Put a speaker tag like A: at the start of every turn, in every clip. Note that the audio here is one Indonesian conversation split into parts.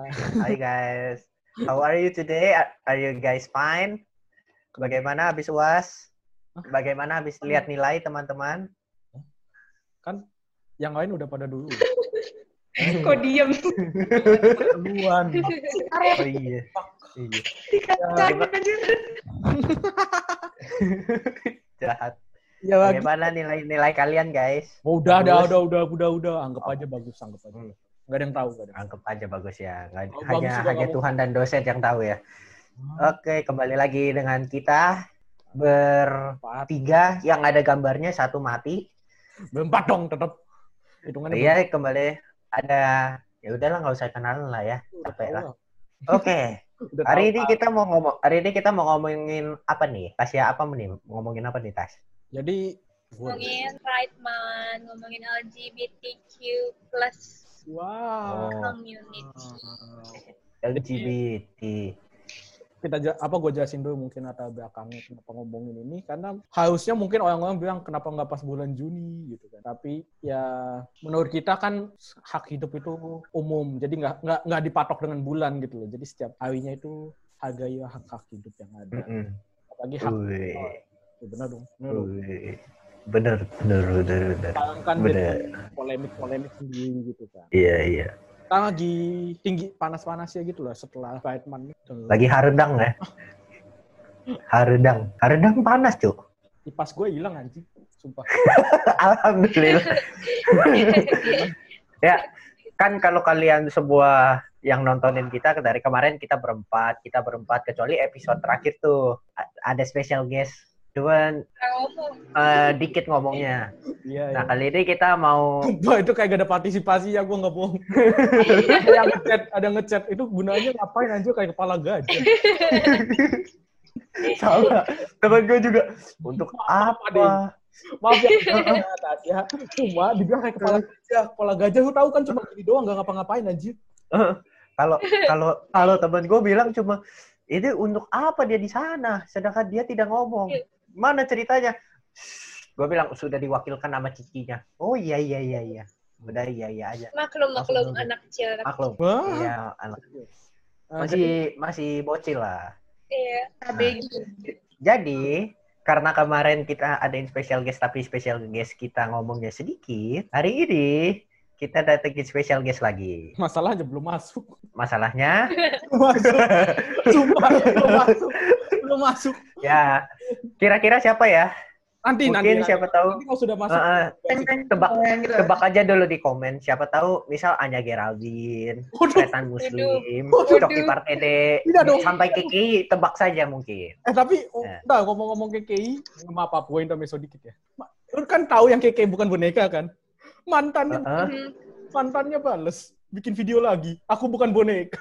A: Hi guys. How are you today? Are you guys fine? Bagaimana habis UAS? Bagaimana habis lihat nilai teman-teman?
B: Kan yang lain udah pada dulu.
C: Kok diem?
B: Duluan.
A: Oh iya.
C: Dikacangin aja.
A: Jahat.
B: Ya lagi.
A: Bagaimana nilai kalian guys?
B: Oh, udah. Anggap aja bagus, anggap aja. Nggak ada yang tahu.
A: Anggap aja bagus ya.
B: Hanya
A: Tuhan dan dosen yang tahu ya. Oke, kembali lagi dengan kita bertiga yang ada gambarnya satu mati.
B: Berempat dong tetap. Hitungannya
A: iya, kembali ada. Ya udahlah, nggak usah kenalan lah ya. Capek lah. Oke. Hari ini kita mau ngomongin apa nih? Tasya apa nih? Ngomongin apa nih, Tas?
B: Jadi
C: ngomongin Pride Month, ngomongin LGBTQ+.
B: Wow.
C: Community.
A: LGBT.
B: Gue jelasin dulu mungkin latar belakangnya kenapa ngomongin ini, karena harusnya mungkin orang-orang bilang kenapa nggak pas bulan Juni gitu kan, tapi ya menurut kita kan hak hidup itu umum, jadi nggak dipatok dengan bulan gitu loh, jadi setiap harinya itu hargai hak hidup yang ada. Apalagi hak benar dong.
A: Bener.
B: Sekarang kan polemik sendiri gitu kan.
A: Iya.
B: Kita lagi tinggi panas-panasnya gitu loh setelah Pride Month.
A: Lagi haredang ya. Haredang panas, Cuk.
B: Kipas gue hilang anjing, sumpah.
A: Alhamdulillah. Ya, kan kalau kalian sebuah yang nontonin kita dari kemarin kita berempat kecuali episode terakhir tuh ada special guest. Cuman dikit ngomongnya.
B: Iya.
A: Nah, kali ini kita mau...
B: Wah, itu kayak gak ada partisipasi ya, gue gak bohong. Ada ngechat, itu gunanya ngapain anjir kayak kepala gajah.
A: Sama, teman gue juga. Untuk apa?
B: Maaf ya, cuma dibilang kayak kepala gajah, lu tahu kan cuma gini doang, gak ngapa-ngapain anjir.
A: Kalau teman gue bilang cuma, ini untuk apa dia di sana, sedangkan dia tidak ngomong. Mana ceritanya? Gue bilang sudah diwakilkan sama cikinya. Oh iya. Udah iya aja.
C: Maklum anak kecil.
A: Maklum. Iya, anak. Masih bocil lah.
C: Iya, ABG.
A: Jadi, karena kemarin kita adain special guest tapi special guest kita ngomongnya sedikit, hari ini kita datengin special guest lagi.
B: Masalahnya belum masuk.
A: Masalahnya?
B: Belum masuk.
A: Ya, kira-kira siapa ya?
B: Nanti
A: siapa tahu.
B: Nanti kalau sudah masuk.
A: Tebak aja dulu di komen. Siapa tahu, misal Anya Geraldine, Tretan Muslim, Coki Partede, sampai Kiki, tebak saja mungkin.
B: Tapi, ngomong-ngomong KKI, maaf gue intermezzo dikit ya. Lu kan tahu yang KKI bukan boneka kan? Mantannya bales, bikin video lagi. Aku bukan boneka.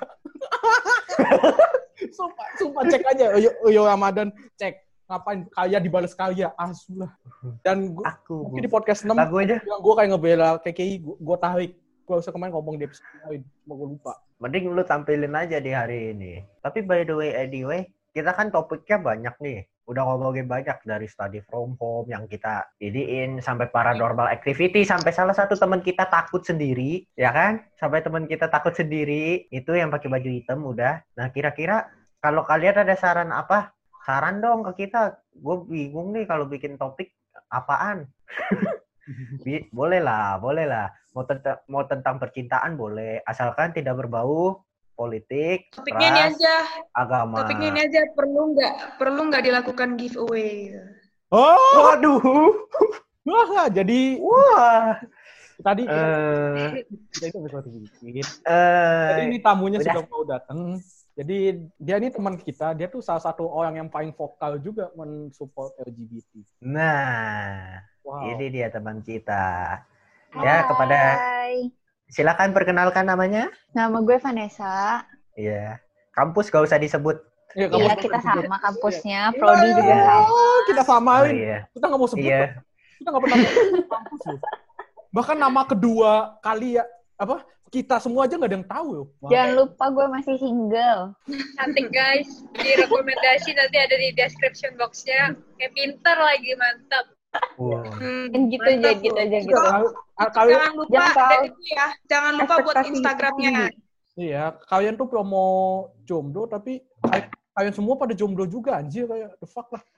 B: Sumpah cek aja. Yo Ramadan cek. Ngapain kaya dibales kaya? Asulah. Dan mungkin di podcast 6 gue kayak ngebela KKI, gue tarik. Gue usah kemarin ngomong di episode lain, gue lupa.
A: Mending lu tampilin aja di hari ini. Tapi by the way, anyway, kita kan topiknya banyak nih. Udah ngomongin banyak dari study from home yang kita jadiin sampai paranormal activity, sampai salah satu teman kita takut sendiri, ya kan? Sampai teman kita takut sendiri, itu yang pakai baju hitam udah. Nah, kira-kira kalau kalian ada saran apa? Saran dong ke kita. Gue bingung nih kalau bikin topik apaan. Boleh lah. Mau tentang percintaan boleh, asalkan tidak berbau politik,
C: Topiknya ini aja.
A: Agama.
C: Topiknya ini aja, perlu nggak dilakukan giveaway?
A: Oh, waduh.
B: Wah, jadi tadi kita itu bisa sedikit. Jadi ini tamunya sudah mau datang. Jadi dia ini teman kita, dia tuh salah satu orang yang paling vokal juga mensupport LGBT.
A: Nah, ini dia teman kita. Ya, silakan perkenalkan namanya.
D: Nama gue Vanessa.
A: Iya. Kampus gak usah disebut.
D: Iya, kita sama kampusnya. Prodi juga sama.
B: Kita samain.
A: Iya.
B: Kita nggak mau sebut.
A: Iya.
B: Kita nggak pernah kampus loh. Bahkan nama kedua kali kita semua aja nggak ada yang tahu loh.
D: Jangan lupa gue masih single.
C: Nanti guys, di rekomendasi nanti ada di description box-nya. Kayak pinter lagi, mantap.
A: Wow.
D: Gitu aja.
C: Jangan lupa buat Instagramnya.
B: Iya, kalian tuh promo jomblo tapi kalian semua pada jomblo juga anjir, kayak the fuck lah.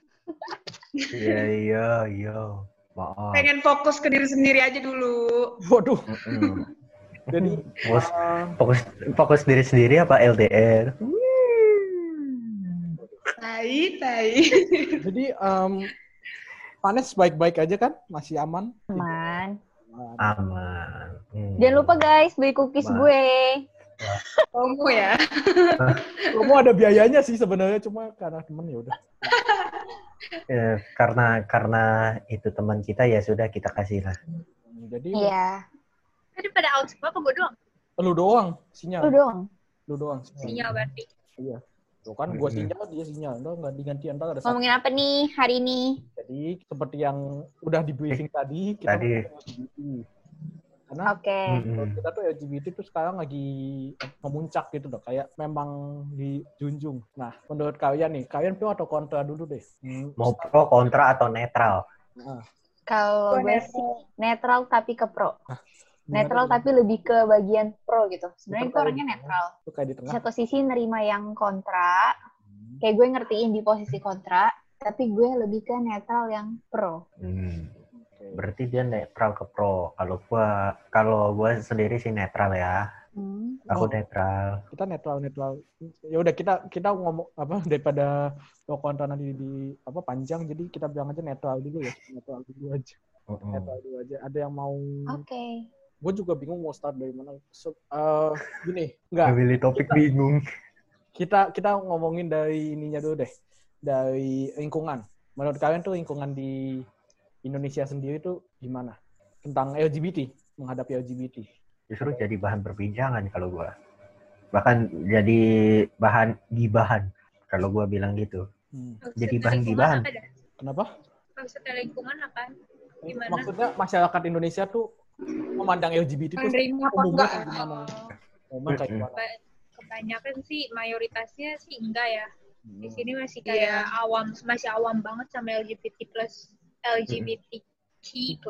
A: Iya. Maaf.
E: Pengen fokus ke diri sendiri aja dulu.
B: Waduh.
A: Mm-mm.
B: Jadi
A: Fokus diri sendiri apa LDR?
E: Tai.
B: jadi Vanes baik-baik aja kan? Masih aman?
D: Aman.
A: Aman.
D: Jangan lupa guys, beli cookies
A: Aman.
D: gue.
E: Kamu ya.
B: Kamu ada biayanya sih sebenarnya, cuma karena temen ya udah.
A: Karena itu teman kita ya sudah kita kasih lah.
B: Jadi
D: Iya.
C: Tadi pada out semua apa gue doang?
B: lu doang sinyal.
D: Lu dong.
B: Lu doang.
C: Sinyal berarti.
B: Iya. Tuh kan gua sinyal, dia sinyal. Nggak diganti antara ada satu.
D: Ngomongin apa nih hari ini?
B: Jadi seperti yang udah di briefing tadi, kita
A: Tadi.
B: ngomongin LGBT. Karena
D: Oke.
B: menurut kita tuh LGBT tuh sekarang lagi memuncak gitu loh, kayak memang dijunjung. Nah, menurut kalian nih, kalian pro atau kontra dulu deh?
A: Mau pro, kontra atau netral?
B: Nah,
D: Kalau gue sih netral tapi ke pro. Netral
B: gimana?
D: tapi lebih ke bagian pro gitu. Sebenarnya gue
B: Itu
D: orangnya netral.
B: Itu kayak di
D: Di
B: tengah.
D: satu sisi nerima yang kontra, kayak gue ngertiin di posisi kontra, tapi gue lebih ke netral yang pro.
B: Oke.
A: Berarti dia netral ke pro. Kalau gua sendiri sih netral ya. Aku
B: Oh.
A: netral.
B: Kita netral. Ya udah kita ngomong apa daripada pro kontra nanti di apa panjang, jadi kita bilang aja netral dulu ya. Netral dulu aja. Netral dulu aja. Ada yang mau
D: Oke.
B: gue juga bingung mau start dari mana. Gini, enggak.
A: Pilih topik bingung.
B: Kita ngomongin dari ininya dulu deh. Dari lingkungan. Menurut kalian tuh lingkungan di Indonesia sendiri tuh gimana? Tentang LGBT, menghadapi LGBT.
A: Justru jadi bahan perbincangan kalau gua. Bahkan jadi bahan gibahan kalau gua bilang gitu. Jadi
C: Maksudnya
A: bahan
C: lingkungan
A: gibahan.
C: apa dah?
B: Kenapa?
C: Maksudnya lingkungan apa? Gimana?
B: Maksudnya masyarakat Indonesia tuh memandang LGBT tuh
E: Menerima apa
B: umumnya
E: enggak?
B: kayak gimana? Umumnya kayak gimana?
C: Kebanyakan sih mayoritasnya sih enggak ya. Di sini masih
E: Iya.
C: kayak masih awam banget sama LGBTQ+.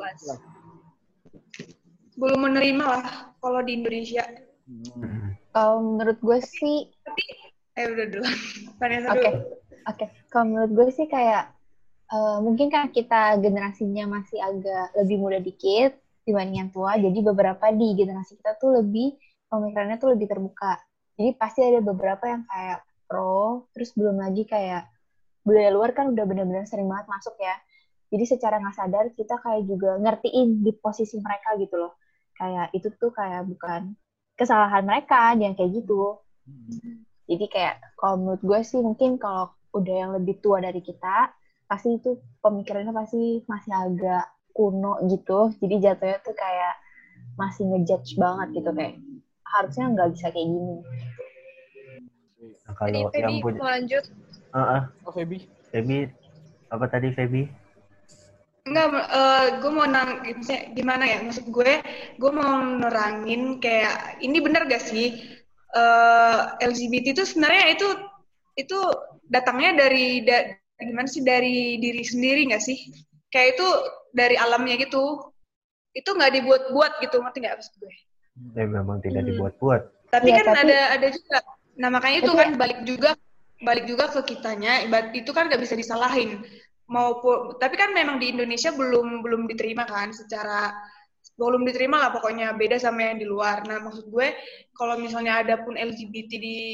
E: Belum menerima lah kalau di Indonesia.
D: Kalau menurut gue sih,
E: Udah dulu. Vanessa
D: oke.
E: dulu.
D: Oke. Kalau menurut gue sih kayak mungkin kan kita generasinya masih agak lebih muda dikit dibanding yang tua, jadi beberapa di generasi kita tuh lebih pemikirannya tuh lebih terbuka. Jadi pasti ada beberapa yang kayak pro, terus belum lagi kayak budaya luar kan udah benar-benar sering banget masuk ya. Jadi secara nggak sadar kita kayak juga ngertiin di posisi mereka gitu loh. Kayak itu tuh kayak bukan kesalahan mereka yang kayak gitu. Jadi kayak kalau menurut gue sih mungkin kalau udah yang lebih tua dari kita, pasti itu pemikirannya pasti masih agak kuno gitu. Jadi jatuhnya tuh kayak masih ngejudge banget gitu kayak harusnya nggak bisa kayak gini.
A: Nah,
C: Tadi
A: kalau yang
C: Feby
A: punya
C: mau lanjut.
B: Oh, Feby.
A: Feby apa tadi Feby?
E: Enggak, gue mau gimana ya? Maksud gue mau nerangin kayak ini benar gak sih LGBT itu sebenarnya itu datangnya dari gimana sih, dari diri sendiri nggak sih? Kayak itu dari alamnya gitu. Itu nggak dibuat-buat gitu, ngerti nggak maksud gue?
A: Memang tidak dibuat-buat.
E: Tapi
D: Iya,
E: kan
D: tapi-
E: ada juga. Nah makanya itu
D: Tapi-
E: kan balik juga ke kitanya. Itu kan nggak bisa disalahin. Tapi kan memang di Indonesia belum diterima kan belum diterima lah pokoknya, beda sama yang di luar. Nah maksud gue kalau misalnya ada pun LGBT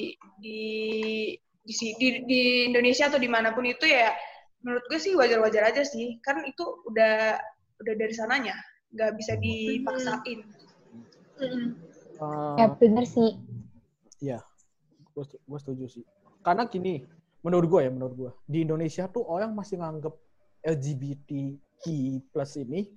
E: di Indonesia atau dimanapun itu ya menurut gue sih wajar-wajar aja sih, kan itu udah dari sananya, nggak bisa dipaksain.
D: Ya bener sih.
B: Iya, gue setuju sih. Karena gini, menurut gue di Indonesia tuh orang masih nganggep LGBTQ+ ini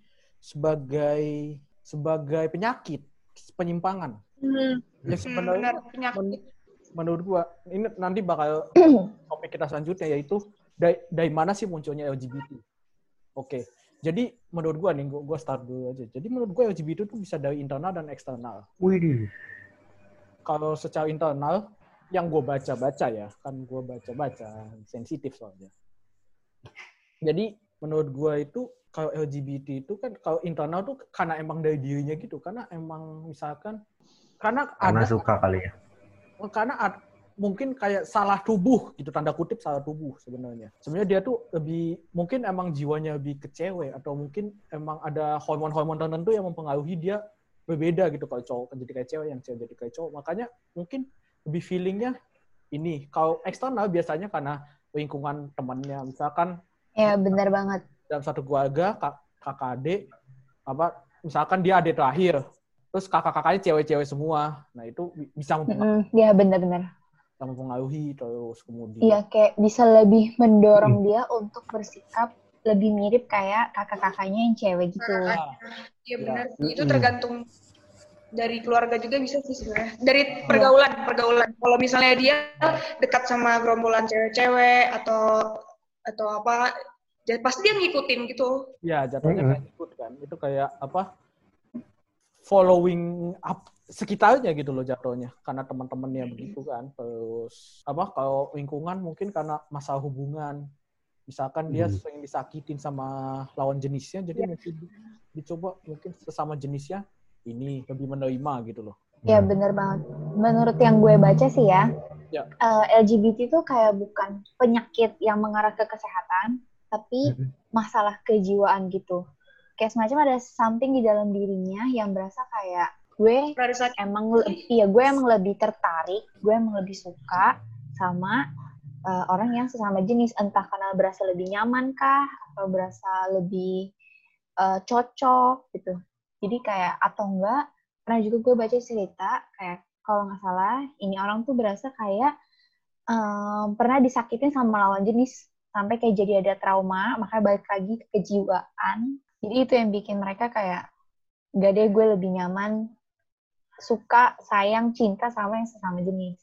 B: sebagai penyakit, penyimpangan. Ya sebenarnya
E: Benar, penyakit.
B: menurut gue ini nanti bakal topik kita selanjutnya, yaitu dari mana sih munculnya LGBT. Oke. Jadi menurut gue nih, gue start dulu aja. Jadi menurut gue LGBT itu bisa dari internal dan eksternal.
A: Wih.
B: Kalau secara internal, yang gue baca-baca ya, kan gue baca-baca, sensitif soalnya. Jadi menurut gue itu, kalau LGBT itu kan, kalau internal tuh karena emang dari dirinya gitu, karena emang misalkan, karena
A: Karena
B: ada
A: suka kali ya.
B: karena mungkin kayak salah tubuh gitu, tanda kutip salah tubuh sebenarnya. Sebenarnya dia tuh lebih, mungkin emang jiwanya lebih ke cewek, atau mungkin emang ada hormon-hormon tertentu yang mempengaruhi dia berbeda gitu. Kalau cowok jadi kayak cewek, yang cewek jadi kayak cowok. Makanya mungkin lebih feelingnya ini. Kalau eksternal biasanya karena lingkungan temannya. Misalkan
D: Ya, benar banget.
B: dalam satu keluarga, kakak adik, misalkan dia adik terakhir, terus kakak-kakaknya cewek-cewek semua. Nah, itu bisa
D: Ya, benar-benar.
B: mempengaruhi terus kemudian.
D: Iya, kayak bisa lebih mendorong dia untuk bersikap lebih mirip kayak kakak-kakaknya yang cewek gitu.
E: Iya benar. Itu tergantung dari keluarga juga bisa sih sebenarnya. Dari pergaulan. Kalau misalnya dia dekat sama gerombolan cewek-cewek atau apa, pasti dia ngikutin gitu.
B: Ya, jatuhnya kayak ikut kan. Itu kayak following up sekitarnya gitu loh jatuhnya, karena teman-temannya begitu kan. Terus kalau lingkungan mungkin karena masalah hubungan, misalkan dia sering disakitin sama lawan jenisnya, jadi mungkin dicoba mungkin sesama jenisnya ini lebih menerima gitu loh.
D: Ya, benar banget. Menurut yang gue baca sih ya. LGBT itu kayak bukan penyakit yang mengarah ke kesehatan, tapi masalah kejiwaan gitu. Kayak semacam ada something di dalam dirinya yang berasa kayak gue emang lebih tertarik, gue emang lebih suka sama orang yang sesama jenis, entah karena berasa lebih nyaman kah, atau berasa lebih cocok gitu. Jadi kayak, atau enggak, pernah juga gue baca cerita, kayak kalau nggak salah, ini orang tuh berasa kayak pernah disakitin sama lawan jenis, sampai kayak jadi ada trauma, makanya balik lagi ke kejiwaan. Jadi itu yang bikin mereka kayak, gak deh, gue lebih nyaman suka, sayang, cinta sama yang sesama jenis.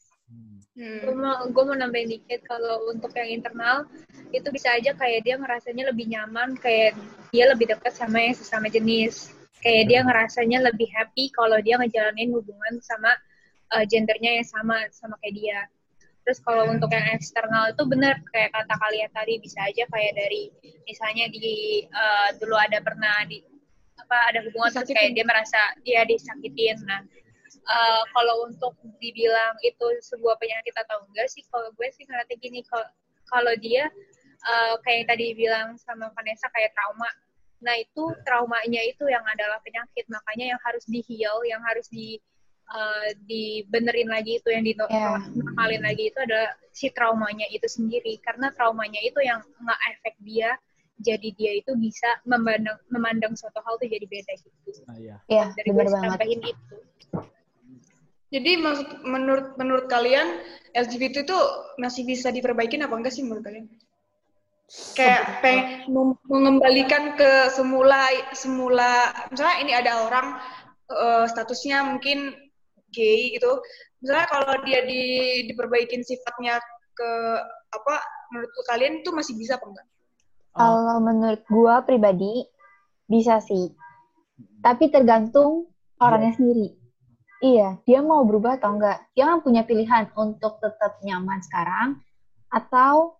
C: Gue mau nambahin dikit, kalau untuk yang internal itu bisa aja kayak dia ngerasanya lebih nyaman, kayak dia lebih dekat sama yang sesama jenis, kayak dia ngerasanya lebih happy kalau dia ngejalanin hubungan sama gendernya yang sama kayak dia. Terus kalau untuk yang eksternal itu benar kayak kata kalian tadi, bisa aja kayak dari misalnya dulu ada hubungan terus kayak dia merasa dia disakitin. Nah, kalau untuk dibilang itu sebuah penyakit atau enggak sih, kalau gue sih ngeliatnya gini, kalau dia kayak yang tadi bilang sama Vanessa kayak trauma, nah itu traumanya itu yang adalah penyakit, makanya yang harus di-heal, yang harus dibenerin lagi itu, yang dinormalin lagi itu adalah si traumanya itu sendiri, karena traumanya itu yang nge-efek dia, jadi dia itu bisa memandang suatu hal tuh jadi beda gitu.
D: Iya,
C: dari gue tambahin itu.
E: Jadi menurut kalian LGBT itu masih bisa diperbaikin apa enggak sih menurut kalian? Kayak mengembalikan ke semula, misalnya ini ada orang statusnya mungkin gay gitu. Misalnya kalau dia diperbaikin sifatnya ke menurut kalian itu masih bisa apa enggak?
D: Kalau menurut gue pribadi bisa sih. Tapi tergantung orangnya sendiri. Iya, dia mau berubah atau enggak. Dia kan punya pilihan untuk tetap nyaman sekarang atau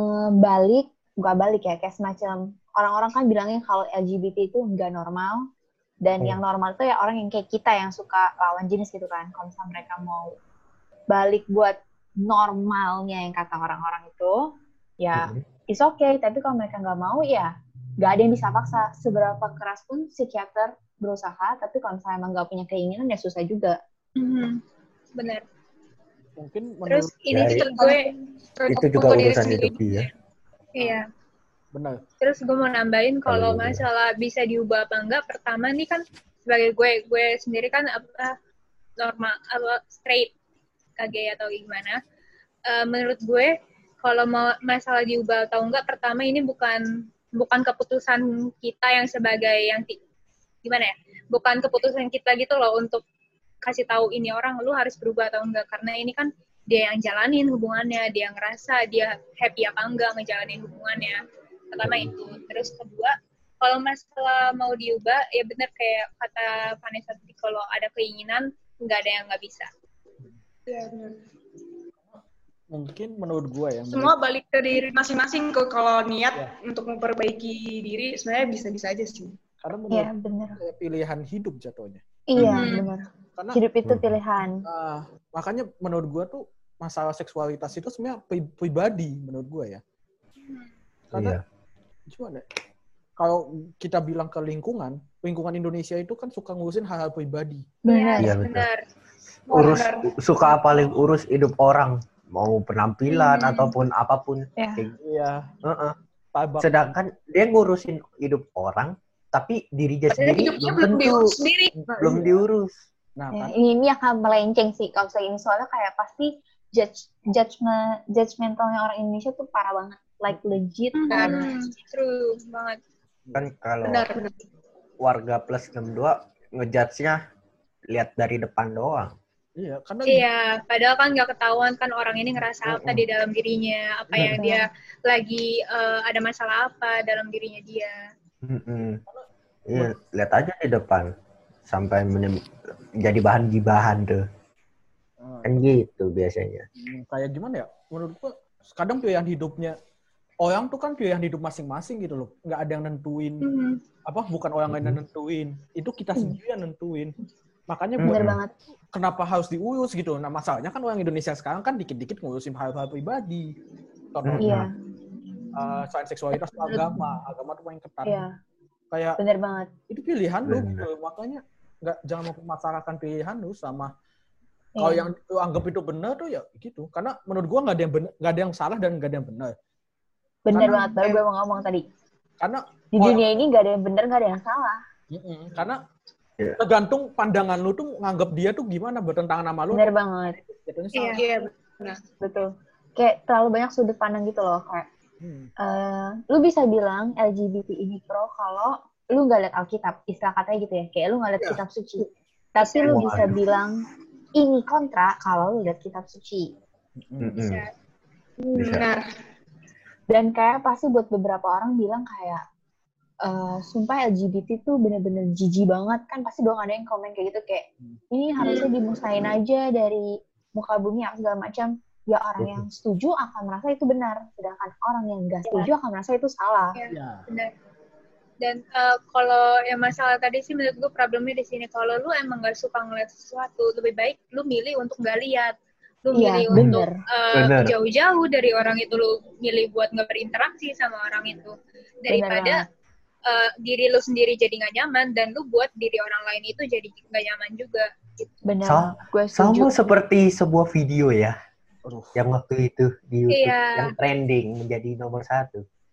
D: bukan balik ya, kayak semacam orang-orang kan bilangnya kalau LGBT itu enggak normal, dan yang normal itu ya orang yang kayak kita yang suka lawan jenis gitu kan. Kalau misalnya mereka mau balik buat normalnya yang kata orang-orang itu, ya it's okay. Tapi kalau mereka nggak mau, ya nggak ada yang bisa paksa. Seberapa keras pun psikiater berusaha, tapi kalau misalnya emang nggak punya keinginan, ya susah juga.
C: Benar.
B: Mungkin
C: terus ini juga gue
A: itu juga urusan hidup dia.
C: Iya.
B: Benar.
C: Terus gue mau nambahin kalau masalah bisa diubah apa enggak, pertama nih kan sebagai gue sendiri kan normal straight, gay atau gimana. Menurut gue kalau mau masalah diubah atau enggak, pertama ini bukan keputusan kita yang sebagai yang gimana ya? Bukan keputusan kita gitu loh untuk kasih tahu ini orang lu harus berubah atau enggak, karena ini kan dia yang jalanin hubungannya, dia ngerasa dia happy apa enggak ngejalanin hubungannya. Pertama itu. Terus kedua, kalau masalah mau diubah, ya benar kayak kata Vanessa tadi, kalau ada keinginan, nggak ada yang nggak bisa.
E: Iya, benar.
B: Mungkin menurut gue ya.
E: Semua balik ke diri masing-masing, kalau niat untuk memperbaiki diri, sebenarnya bisa-bisa aja sih.
B: Karena menurut pilihan hidup jatuhnya.
D: Iya, benar.
B: Karena
D: hidup itu pilihan.
B: makanya menurut gue tuh masalah seksualitas itu sebenarnya pribadi menurut gue ya. Karena gimana? Kalau kita bilang ke lingkungan Indonesia itu kan suka ngurusin hal-hal pribadi.
D: Benar.
A: Iya, benar. Suka paling urus hidup orang, mau penampilan ataupun apapun.
B: Iya.
A: Sedangkan dia ngurusin hidup orang, tapi dirinya sendiri belum diurus.
B: Nah,
D: ya, ini akan melenceng sih kalau saya ini, soalnya kayak pasti judgmentalnya orang Indonesia tuh parah banget, like legit.
C: True banget.
A: Kan kalau warga plus 62 ngejudge-nya lihat dari depan doang.
B: Iya, karena
C: padahal kan nggak ketahuan kan orang ini ngerasa apa di dalam dirinya, apa yang dia lagi ada masalah apa dalam dirinya dia.
A: Iya, lihat aja di depan sampai jadi bahan gibahan tuh. Kan gitu biasanya.
B: Kayak gimana ya? Menurut gua kadang pilihan hidupnya orang tuh kan pilihan hidup masing-masing gitu loh. Nggak ada yang nentuin. Bukan orang lain yang nentuin. Itu kita sendiri yang nentuin. Makanya
D: bener banget.
B: Kenapa harus diurus gitu? Nah, masalahnya kan orang Indonesia sekarang kan dikit-dikit ngurusin hal-hal pribadi. Contohnya selain seksualitas tuh agama tuh paling ketat.
D: Iya.
B: Kayak
D: bener banget.
B: Itu pilihan lu gitu. Makanya jangan memasarakan pilihan lu sama kalau yang lu anggap itu benar tuh ya gitu. Karena menurut gua nggak ada yang salah dan nggak ada yang benar.
D: Bener banget, baru gue mau ngomong tadi.
B: Karena
D: di dunia ini nggak ada yang benar, nggak ada yang salah.
B: Karena tergantung pandangan lu tuh nganggap dia tuh gimana bertentangan sama lu.
D: Bener banget.
C: Iya, benar.
D: Betul. Kayak terlalu banyak sudut pandang gitu loh. Kayak lu bisa bilang LGBT ini pro kalau lu nggak lihat Alkitab, istilah katanya gitu ya. Kayak lu nggak lihat kitab suci. Tapi lu bisa bilang ini kontra kalau lu lihat kitab suci.
C: Bisa.
E: Benar.
D: Dan kayak pasti buat beberapa orang bilang kayak sumpah LGBT tuh bener-bener jijik banget, kan pasti dong ada yang komen kayak gitu kayak ini harusnya dimusnahin aja dari muka bumi atau segala macam. Ya orang yang setuju akan merasa itu benar, sedangkan orang yang nggak setuju akan merasa itu salah.
C: Benar. Dan kalau yang masalah tadi sih menurut gue problemnya di sini, kalau lu emang nggak suka ngeliat sesuatu, lebih baik lu milih untuk nggak lihat. Lu milih untuk jauh-jauh dari orang itu, lu milih buat nggak berinteraksi sama orang itu daripada diri lu sendiri jadi nggak nyaman dan lu buat diri orang lain itu jadi nggak nyaman juga. Gitu.
D: Benar.
A: Sama seperti sebuah video ya, yang waktu itu di YouTube yang trending menjadi nomor 1.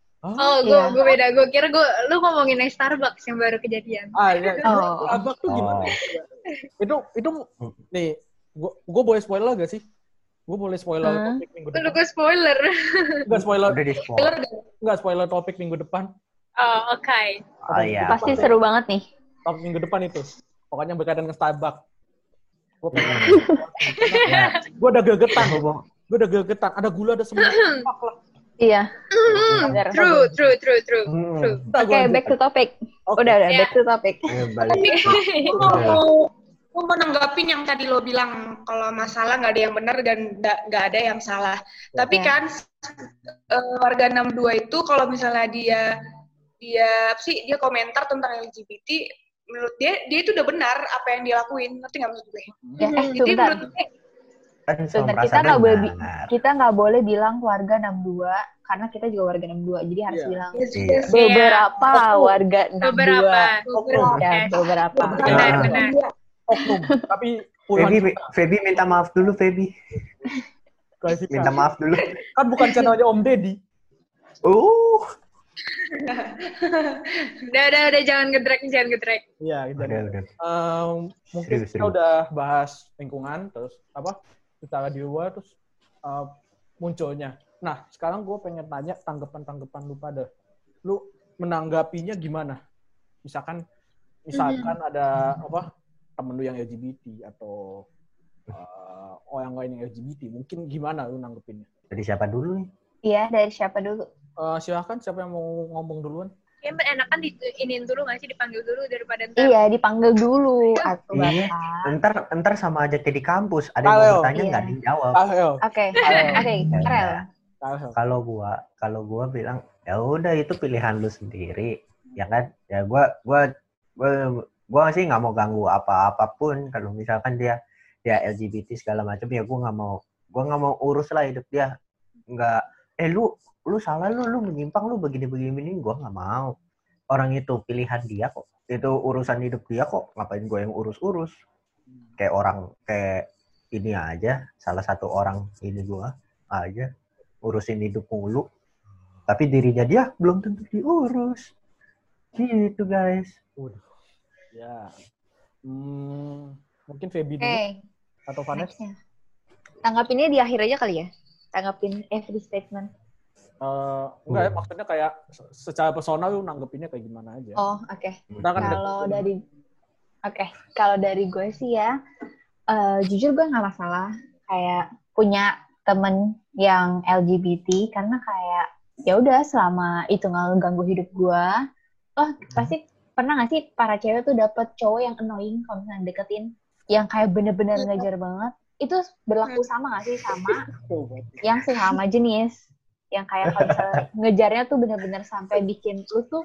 C: Gue beda. Gue kira lu ngomongin Starbucks yang baru kejadian.
B: Starbucks tuh gimana? Itu nih, gue boleh spoiler gak sih? Gue boleh spoiler topik minggu depan.
C: Gue spoiler.
B: Enggak spoiler topik minggu depan.
C: Oke.
A: Iya.
D: Pasti seru banget nih.
B: Topik minggu depan itu. Pokoknya berkaitan dengan Starbucks. Gue udah gegetan. Ada gula, ada semua.
D: Iya.
C: True.
D: Oke, back to topic. Udah, back to topic.
E: Gue mau nanggapin yang tadi lo bilang kalau masalah nggak ada yang benar dan nggak ada yang salah. Tapi kan warga 62 itu kalau misalnya dia komentar tentang LGBT, menurut dia itu udah benar apa yang dia lakuin. Ngerti nggak maksud gue? Jadi menurut gue
D: kita nggak boleh bilang warga 62 karena kita juga warga 62, jadi harus bilang beberapa warga 62. Beberapa.
C: Benar.
B: Oknum, tapi
A: Feby minta maaf dulu, Feby. Minta maaf dulu.
B: Kan bukan channelnya Om Deddy.
C: Udah, jangan gedrek.
B: Iya,
A: udah.
B: Mungkin kita udah bahas lingkungan, terus secara di luar, terus munculnya. Nah, sekarang gue pengen tanya tanggapan lu pada. Lu menanggapinya gimana? Misalkan ada temen lu yang LGBT atau orang lain yang LGBT, mungkin gimana lu nanggepinnya?
A: Dari siapa dulu nih?
D: Iya, dari siapa dulu?
B: Silakan, siapa yang mau ngomong duluan?
C: Kayaknya enakan diinin dulu nggak sih, dipanggil dulu daripada ntar.
D: Iya, dipanggil dulu.
A: Ntar sama aja kayak di kampus, ada yang mau bertanya nggak dijawab.
D: Oke, Karel.
A: Kalau gua bilang ya udah itu pilihan lu sendiri, ya kan? Ya gua sih nggak mau ganggu apapun kalau misalkan dia ya LGBT segala macam, ya gue nggak mau urus lah hidup dia. Nggak, lu salah, lu menyimpang, lu begini, gue nggak mau. Orang itu pilihan dia kok, itu urusan hidup dia kok, ngapain gue yang urus kayak ini aja, salah satu orang ini gue aja urusin hidup mulu, tapi dirinya dia belum tentu diurus gitu guys.
B: Ya. Mungkin Feby dulu atau Vanessa.
D: Tanggapinnya di akhir aja kali ya. Tanggapin every statement.
B: Enggak ya, maksudnya kayak secara personal lu nanggepinnya kayak gimana aja.
D: Oh, oke.
B: Kan
D: Kalau dari gue sih ya, jujur gue nggak masalah kayak punya temen yang LGBT karena kayak ya udah selama itu nggak ganggu hidup gue. Pasti pernah nggak sih para cewek tuh dapet cowok yang annoying kalau misalnya deketin, yang kayak bener-bener ngejar banget. Itu berlaku sama nggak sih sama yang sesama jenis, yang kayak kalau misalnya ngejarnya tuh bener-bener sampai bikin lu tuh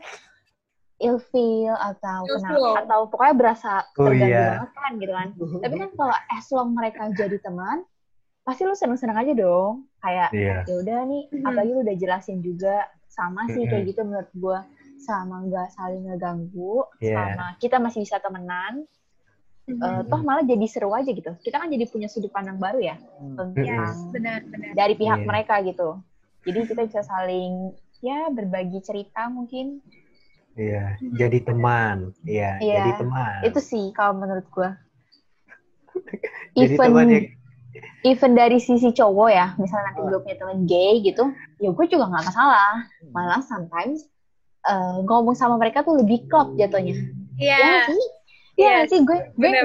D: ilfeel atau atau pokoknya berasa terganggu banget kan gitu kan. Tapi kan kalau as long mereka jadi teman, pasti lu seneng-seneng aja dong. Kayak ya udah nih, apalagi lu udah jelasin juga sama sih kayak gitu menurut gue, sama nggak saling ngeganggu, sama kita masih bisa temenan. Toh malah jadi seru aja gitu. Kita kan jadi punya sudut pandang baru ya tentang
C: benar.
D: dari pihak mereka gitu. Jadi kita bisa saling berbagi cerita mungkin.
A: Iya, jadi teman. Jadi teman.
D: Itu sih kalau menurut gue.
A: Jadi teman
D: Even dari sisi cowok ya, misalnya nanti gue punya teman gay gitu, ya gue juga nggak masalah. Malah sometimes ngomong sama mereka tuh lebih klop jatuhnya.
C: Iya.
D: Iya sih, gue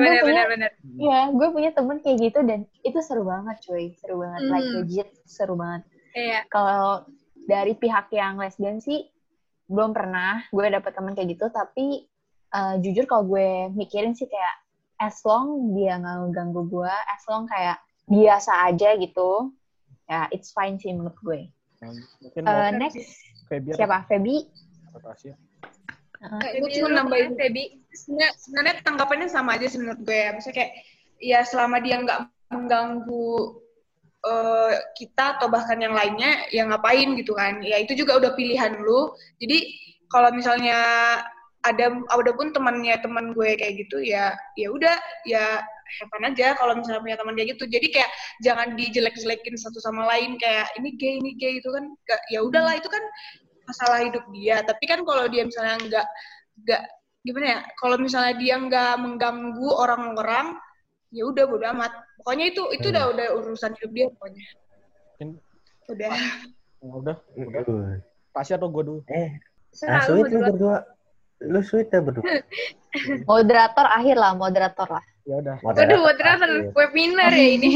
D: punya temen kayak gitu dan itu seru banget cuy, seru banget, like legit seru banget.
C: Iya.
D: Kalau dari pihak yang lesbian sih belum pernah gue dapet temen kayak gitu, tapi jujur kalau gue mikirin sih kayak as long dia nggak ganggu gue, as long kayak biasa aja gitu, ya it's fine sih menurut gue. Next, siapa? Feby?
E: Gue cuma nambahin Feby. Sebenarnya tanggapannya sama aja sih menurut gue ya. Misalnya kayak ya selama dia nggak mengganggu kita atau bahkan yang lainnya, ya ngapain gitu kan. Ya itu juga udah pilihan lu. Jadi kalau misalnya ada pun teman gue kayak gitu, ya udah ya have fun aja kalau misalnya punya teman kayak gitu. Jadi kayak jangan dijelek-jelekin satu sama lain kayak ini gay itu kan. Ya udahlah, itu kan masalah hidup dia. Tapi kan kalau dia misalnya nggak gimana ya, kalau misalnya dia nggak mengganggu orang-orang, ya udah bodo amat. Pokoknya itu udah urusan hidup dia pokoknya. Udah.
B: Tasya atau gue dulu?
A: Sweet lu berdua. Lu sweet ya berdua.
D: Moderator akhir lah.
B: Ya udah.
C: Waduh, moderator webinar ya ini.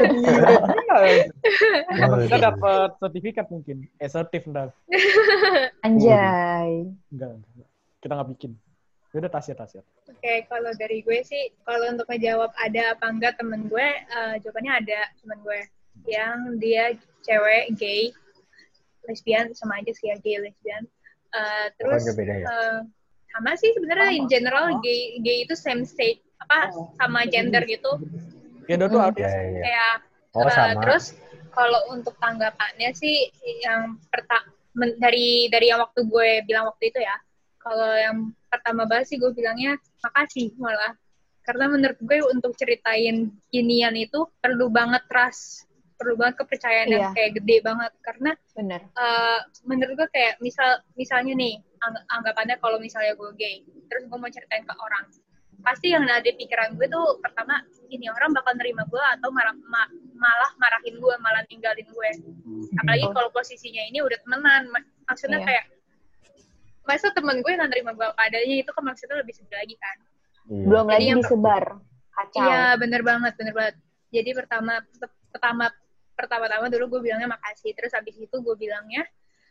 B: Kita dapat sertifikat mungkin. Sertif ntar.
D: Anjay.
B: Enggak. Kita nggak bikin. Ya udah Tasya.
C: Oke, kalau dari gue sih, kalau untuk ngejawab ada apa enggak temen gue, jawabannya ada temen gue. Yang dia cewek, gay, lesbian, sama aja sih ya, gay, lesbian. Terus, sama sih sebenarnya in general, gay itu same state, sama gender gitu.
B: Gender tuh artis.
C: Kayak, terus, kalau untuk tanggapannya sih, yang dari yang waktu gue bilang waktu itu ya, kalau yang pertama banget sih gue bilangnya makasih malah. Karena menurut gue untuk ceritain ginian itu perlu banget trust, perlu banget kepercayaan yang kayak gede banget. Karena menurut gue kayak misalnya nih, anggapannya kalau misalnya gue gay, terus gue mau ceritain ke orang, pasti yang ada di pikiran gue tuh pertama, ini orang bakal nerima gue atau malah marahin gue, malah tinggalin gue. Apalagi kalau posisinya ini udah temenan, maksudnya kayak masa temen gue nggak nerima gue apa adanya, itu kan maksudnya lebih sedih lagi kan.
D: Belum lagi disebar kacau. Iya
C: bener banget. Jadi pertama dulu gue bilangnya makasih, terus abis itu gue bilangnya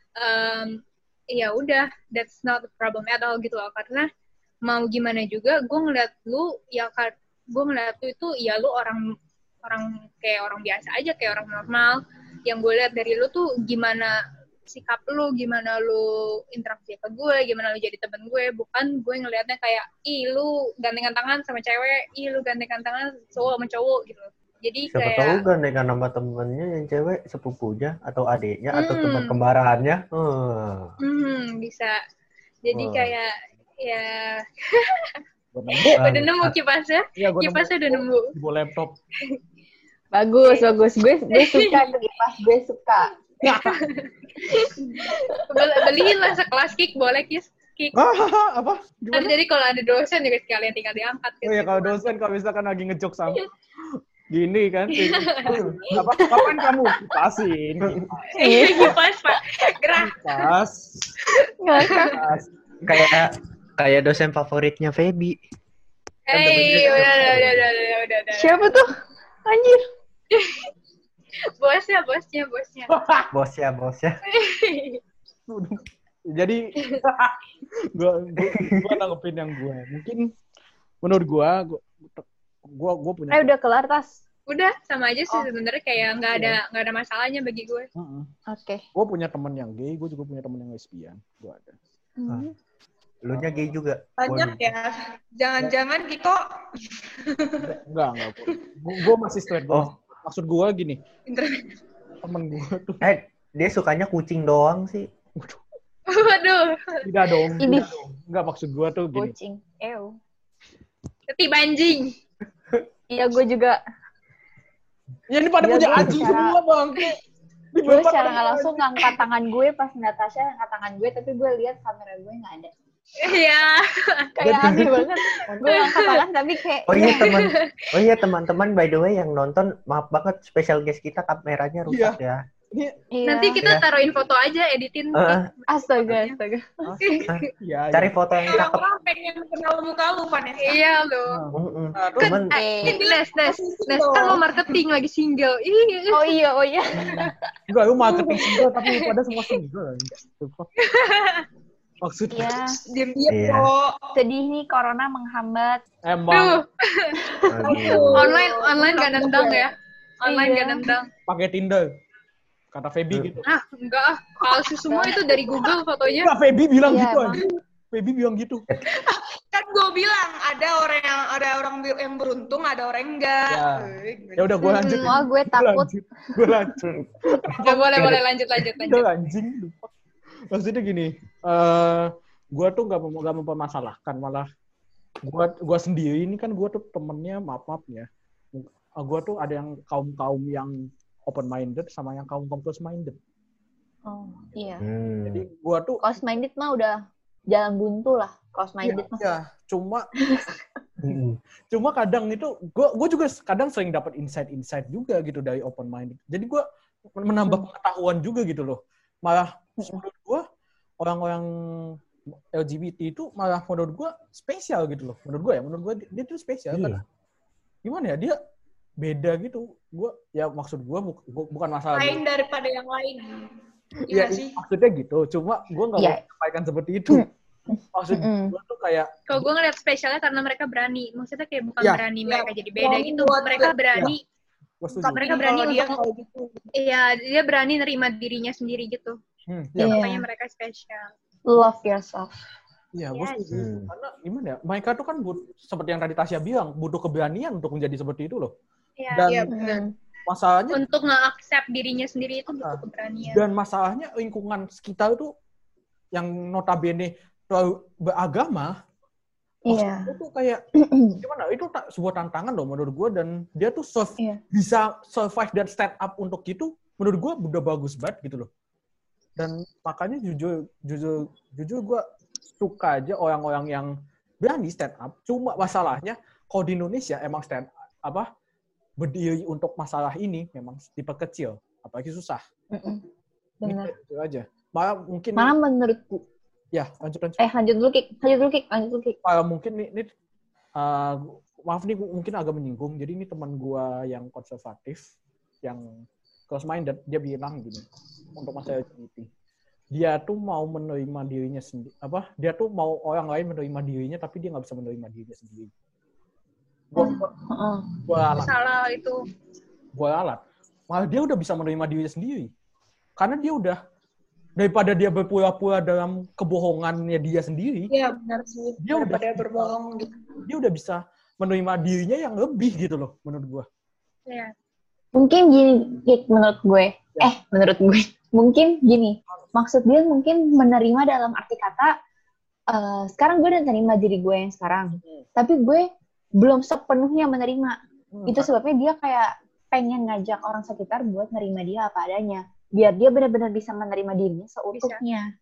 C: ya udah, that's not the problem at all gitu loh. Karena mau gimana juga gue ngeliat lu itu ya lu orang kayak orang biasa aja, kayak orang normal. Yang gue lihat dari lu tuh gimana sikap lu, gimana lu interaksi ke gue, gimana lu jadi temen gue, bukan gue ngelihatnya kayak ih lu gandengan tangan sama cewek, ih lu gandengan tangan cowok sama cowok gitu. Jadi
A: Siapa
C: kayak
A: tahu gandengan sama temennya yang cewek, sepupunya atau adiknya atau teman kembarannya.
C: bisa. Jadi kayak ya
B: Udah
C: nemu kipasnya.
B: Iya,
C: Kipasnya udah nemu.
B: Di bawah laptop.
D: Bagus. Gue suka tuh kipas, gue suka.
C: Beliin lah sekelas Kik, boleh Kik.
B: Apa?
C: Kan
B: Gimana?
C: jadi kalau ada dosen juga sekalian tinggal diangkat gitu.
B: Oh ya, kalau dosen kalau misalkan lagi ngejok sama gini kan. Apa kapan kamu kipasin?
C: Iya, kipas Pak. Gerah.
B: Kipas.
D: Ngakak.
A: Kayak dosen favoritnya Feby.
C: Udah.
D: Siapa tuh? Anjir.
C: Bosnya.
A: Bosnya.
B: Jadi gua nanggepin yang gua. Mungkin menurut gua punya.
D: Udah kelar tas.
C: Udah sama aja sih sebenarnya kayak nggak ada masalahnya bagi gue.
D: Oke.
B: Gua punya teman yang gay, gua juga punya teman yang lesbian. Gua ada.
A: Lu nya gay juga.
E: Banyak ya. Jangan-jangan Kiko
B: Enggak. Gua masih straight. Maksud gua gini. Temen gua tuh.
A: Dia sukanya kucing doang sih.
C: Waduh.
B: Tidak dong. Enggak, maksud gua tuh gini.
D: Kucing. Ew.
C: Ketiba anjing.
D: Iya, gue juga.
B: Ya ini pada
D: Iya,
B: punya
D: gua
B: anjing
D: secara-
B: semua, Bang.
D: Gue secara nggak langsung ngangkat tangan gue pas Natasha ngangkat tangan gue, tapi gue lihat kamera gue nggak ada.
C: Iya.
D: Kayak aneh banget. Gue ngangkat tangan tapi kayak.
A: Oh iya teman-teman, by the way yang nonton, maaf banget special guest kita kameranya rusak ya.
D: Iya.
C: Nanti kita taruhin foto aja, editin.
D: Astaga.
B: Iya.
A: Cari foto yang cakep.
E: orang pengen kenal muka lu, Vanessa.
C: Iya loh.
A: Cuman
C: Nes, kan lo marketing lagi single. Ih.
D: Oh iya.
B: Enggak, lu marketing single tapi pada semua single. Maksudnya.
D: Iya.
E: Diam-diam
A: Iya.
E: kok.
D: Sedih nih corona menghambat.
B: Emang
C: Online gak nendang ya. Online
D: Iya.
C: gak nendang.
B: pakai Tinder. Kata Feby gitu.
C: Enggak. Palsu semua itu dari Google fotonya.
B: Enggak, Feby bilang
D: Iya,
B: gitu
D: emang.
B: aja. Feby bilang gitu.
E: Kan gue bilang ada orang yang beruntung, ada orang yang enggak.
B: Ya udah gue lanjut.
D: Oh, gue takut.
B: Gue lanjut.
C: Ya, boleh lanjut.
B: Udah anjing lupa. Maksudnya gini, gue tuh gak mempermasalahkan, malah gue sendiri ini kan gue tuh temennya maaf ya. Gue tuh ada yang kaum yang open minded sama yang kaum close minded.
D: Oh, iya.
B: Jadi gue tuh
D: Close minded mah udah jalan buntu lah. Close minded mah.
B: ya cuma kadang itu gue juga kadang sering dapat insight juga gitu dari open minded. Jadi gue menambah pengetahuan juga gitu loh. Malah menurut gue orang-orang LGBT itu malah menurut gue spesial gitu loh. Menurut gue dia tuh spesial karena gimana ya, dia beda gitu. Maksud gue bukan masalah
E: Lain daripada yang lain.
B: Iya
E: Iya sih.
B: maksudnya gitu. Cuma gue nggak mau sampaikan seperti itu. Maksud gue tuh kayak
C: Kalau gue ngeliat spesialnya karena mereka berani. Maksudnya kayak bukan
B: Iya.
C: berani mereka jadi beda
E: Mau
C: gitu.
E: buat-
C: Mereka berani.
B: gue setuju.
C: Mereka berani
E: Kalau dia
C: untuk
E: kalau gitu.
C: Iya, dia berani nerima dirinya sendiri gitu.
B: Ya,
D: Iya.
C: Makanya mereka spesial.
D: Love yourself.
B: Iya, gue
C: Yes.
B: setuju. Karena gimana ya, mereka tuh kan seperti yang tadi Tasya bilang, butuh keberanian untuk menjadi seperti itu loh.
C: Iya.
B: Dan
E: Iya, benar.
B: masalahnya
C: Untuk nge-accept dirinya sendiri itu butuh keberanian.
B: dan masalahnya lingkungan sekitar itu yang notabene terlalu beragama,
D: Iya.
B: itu tuh kayak gimana? Itu sebuah tantangan loh menurut gue, dan dia tuh
D: Iya.
B: bisa survive dan stand up untuk itu, menurut gue udah bagus banget gitu loh. Dan makanya jujur gue suka aja orang-orang yang berani stand up. Cuma masalahnya kalau di Indonesia emang stand up berdiri untuk masalah ini memang diperkecil, apalagi susah.
D: Benar.
B: Itu aja. Malah mungkin
D: Malah menurutku.
B: ya lanjut.
D: Lanjut dulu Kik.
B: Malah mungkin ini maaf nih mungkin agak menyinggung. Jadi ini teman gua yang konservatif, yang close minded, dia bilang gini untuk masalah LGBT. Dia tuh mau menerima dirinya sendiri. Dia tuh mau orang lain menerima dirinya, tapi dia nggak bisa menerima dirinya sendiri. Gua alat.
C: Salah itu.
B: Malah dia udah bisa menerima dirinya sendiri. Karena dia udah daripada dia berpura-pura dalam kebohongannya dia sendiri,
E: Iya, benar sih.
B: Dia udah-
E: Daripada berbohong gitu.
B: dia udah bisa menerima dirinya yang lebih gitu loh menurut gue.
C: Iya.
D: Mungkin gini, Kik, menurut gue.
B: Ya.
D: Menurut gue. Mungkin gini. Maksud dia mungkin menerima dalam arti kata, sekarang gue udah terima diri gue yang sekarang. Tapi gue belum sepenuhnya menerima. Itu sebabnya dia kayak pengen ngajak orang sekitar buat nerima dia apa adanya. Biar dia benar-benar bisa menerima dirinya seutuhnya.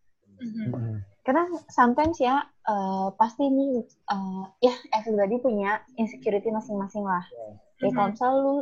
D: Karena sometimes ya, pasti nih, ya everybody punya insecurity masing-masing lah. Ya kalau misalnya lu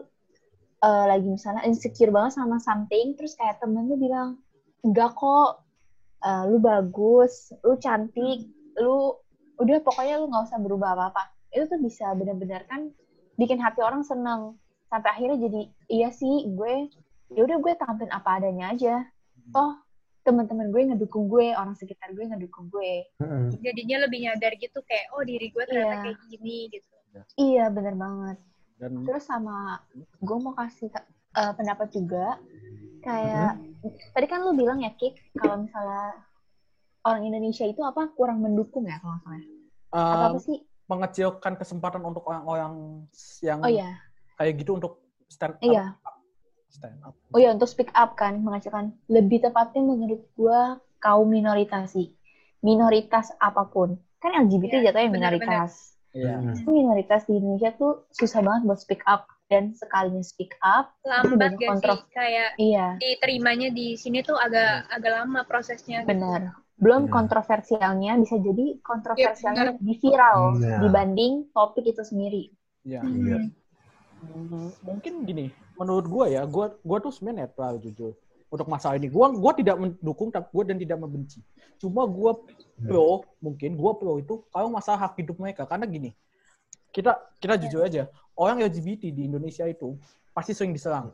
D: lagi misalnya insecure banget sama something, terus kayak temen lu bilang, enggak kok, lu bagus, lu cantik, lu udah pokoknya lu nggak usah berubah apa-apa. Itu tuh bisa benar-benar kan bikin hati orang seneng. Sampai akhirnya jadi, iya sih, ya udah gue tampilin apa adanya aja. Toh teman-teman gue ngedukung gue, orang sekitar gue ngedukung gue.
C: Jadinya lebih nyadar gitu kayak oh diri gue ternyata
D: Iya.
C: kayak gini gitu.
D: Iya, bener banget.
B: Dan
D: Terus sama gue mau kasih pendapat juga, kayak tadi kan lu bilang ya, Kik, kalau misalnya orang Indonesia itu kurang mendukung ya kalau nggak salah. Apa sih?
B: mengecilkan kesempatan untuk orang-orang yang
D: Oh iya,
B: kayak gitu untuk stand up.
D: iya.
B: Stand up.
D: Oh iya, untuk speak up kan, menghasilkan lebih tepatnya menurut gue kaum minoritas sih. Minoritas apapun. Kan LGBT
C: Iya,
D: jatuhnya
C: benar-benar.
D: minoritas.
B: Iya.
D: Minoritas di Indonesia tuh susah banget buat speak up. Dan sekalinya speak up, itu
C: Lambat
D: banyak
C: gak
D: kontrol.
C: sih kayak
D: Iya,
C: diterimanya di sini tuh agak lama prosesnya. gitu.
D: benar. Belum
A: Iya.
D: kontroversialnya, bisa jadi kontroversialnya
E: Iya,
D: lebih viral
A: Iya.
D: dibanding topik itu sendiri.
B: Iya.
A: Iya.
B: Mungkin gini, menurut gue ya, gue tuh sebenarnya netral jujur untuk masalah ini. Gue tidak mendukung, gue dan tidak membenci. Cuma gue pro itu kalau masalah hak hidup mereka. Karena gini, kita jujur aja, orang LGBT di Indonesia itu pasti sering diserang.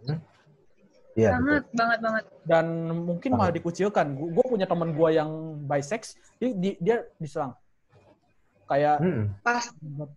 A: Iya,
C: Banget, banget.
B: Dan mungkin malah dikucilkan. Gue punya teman gue yang bisex, dia diserang. Kayak
E: Pas.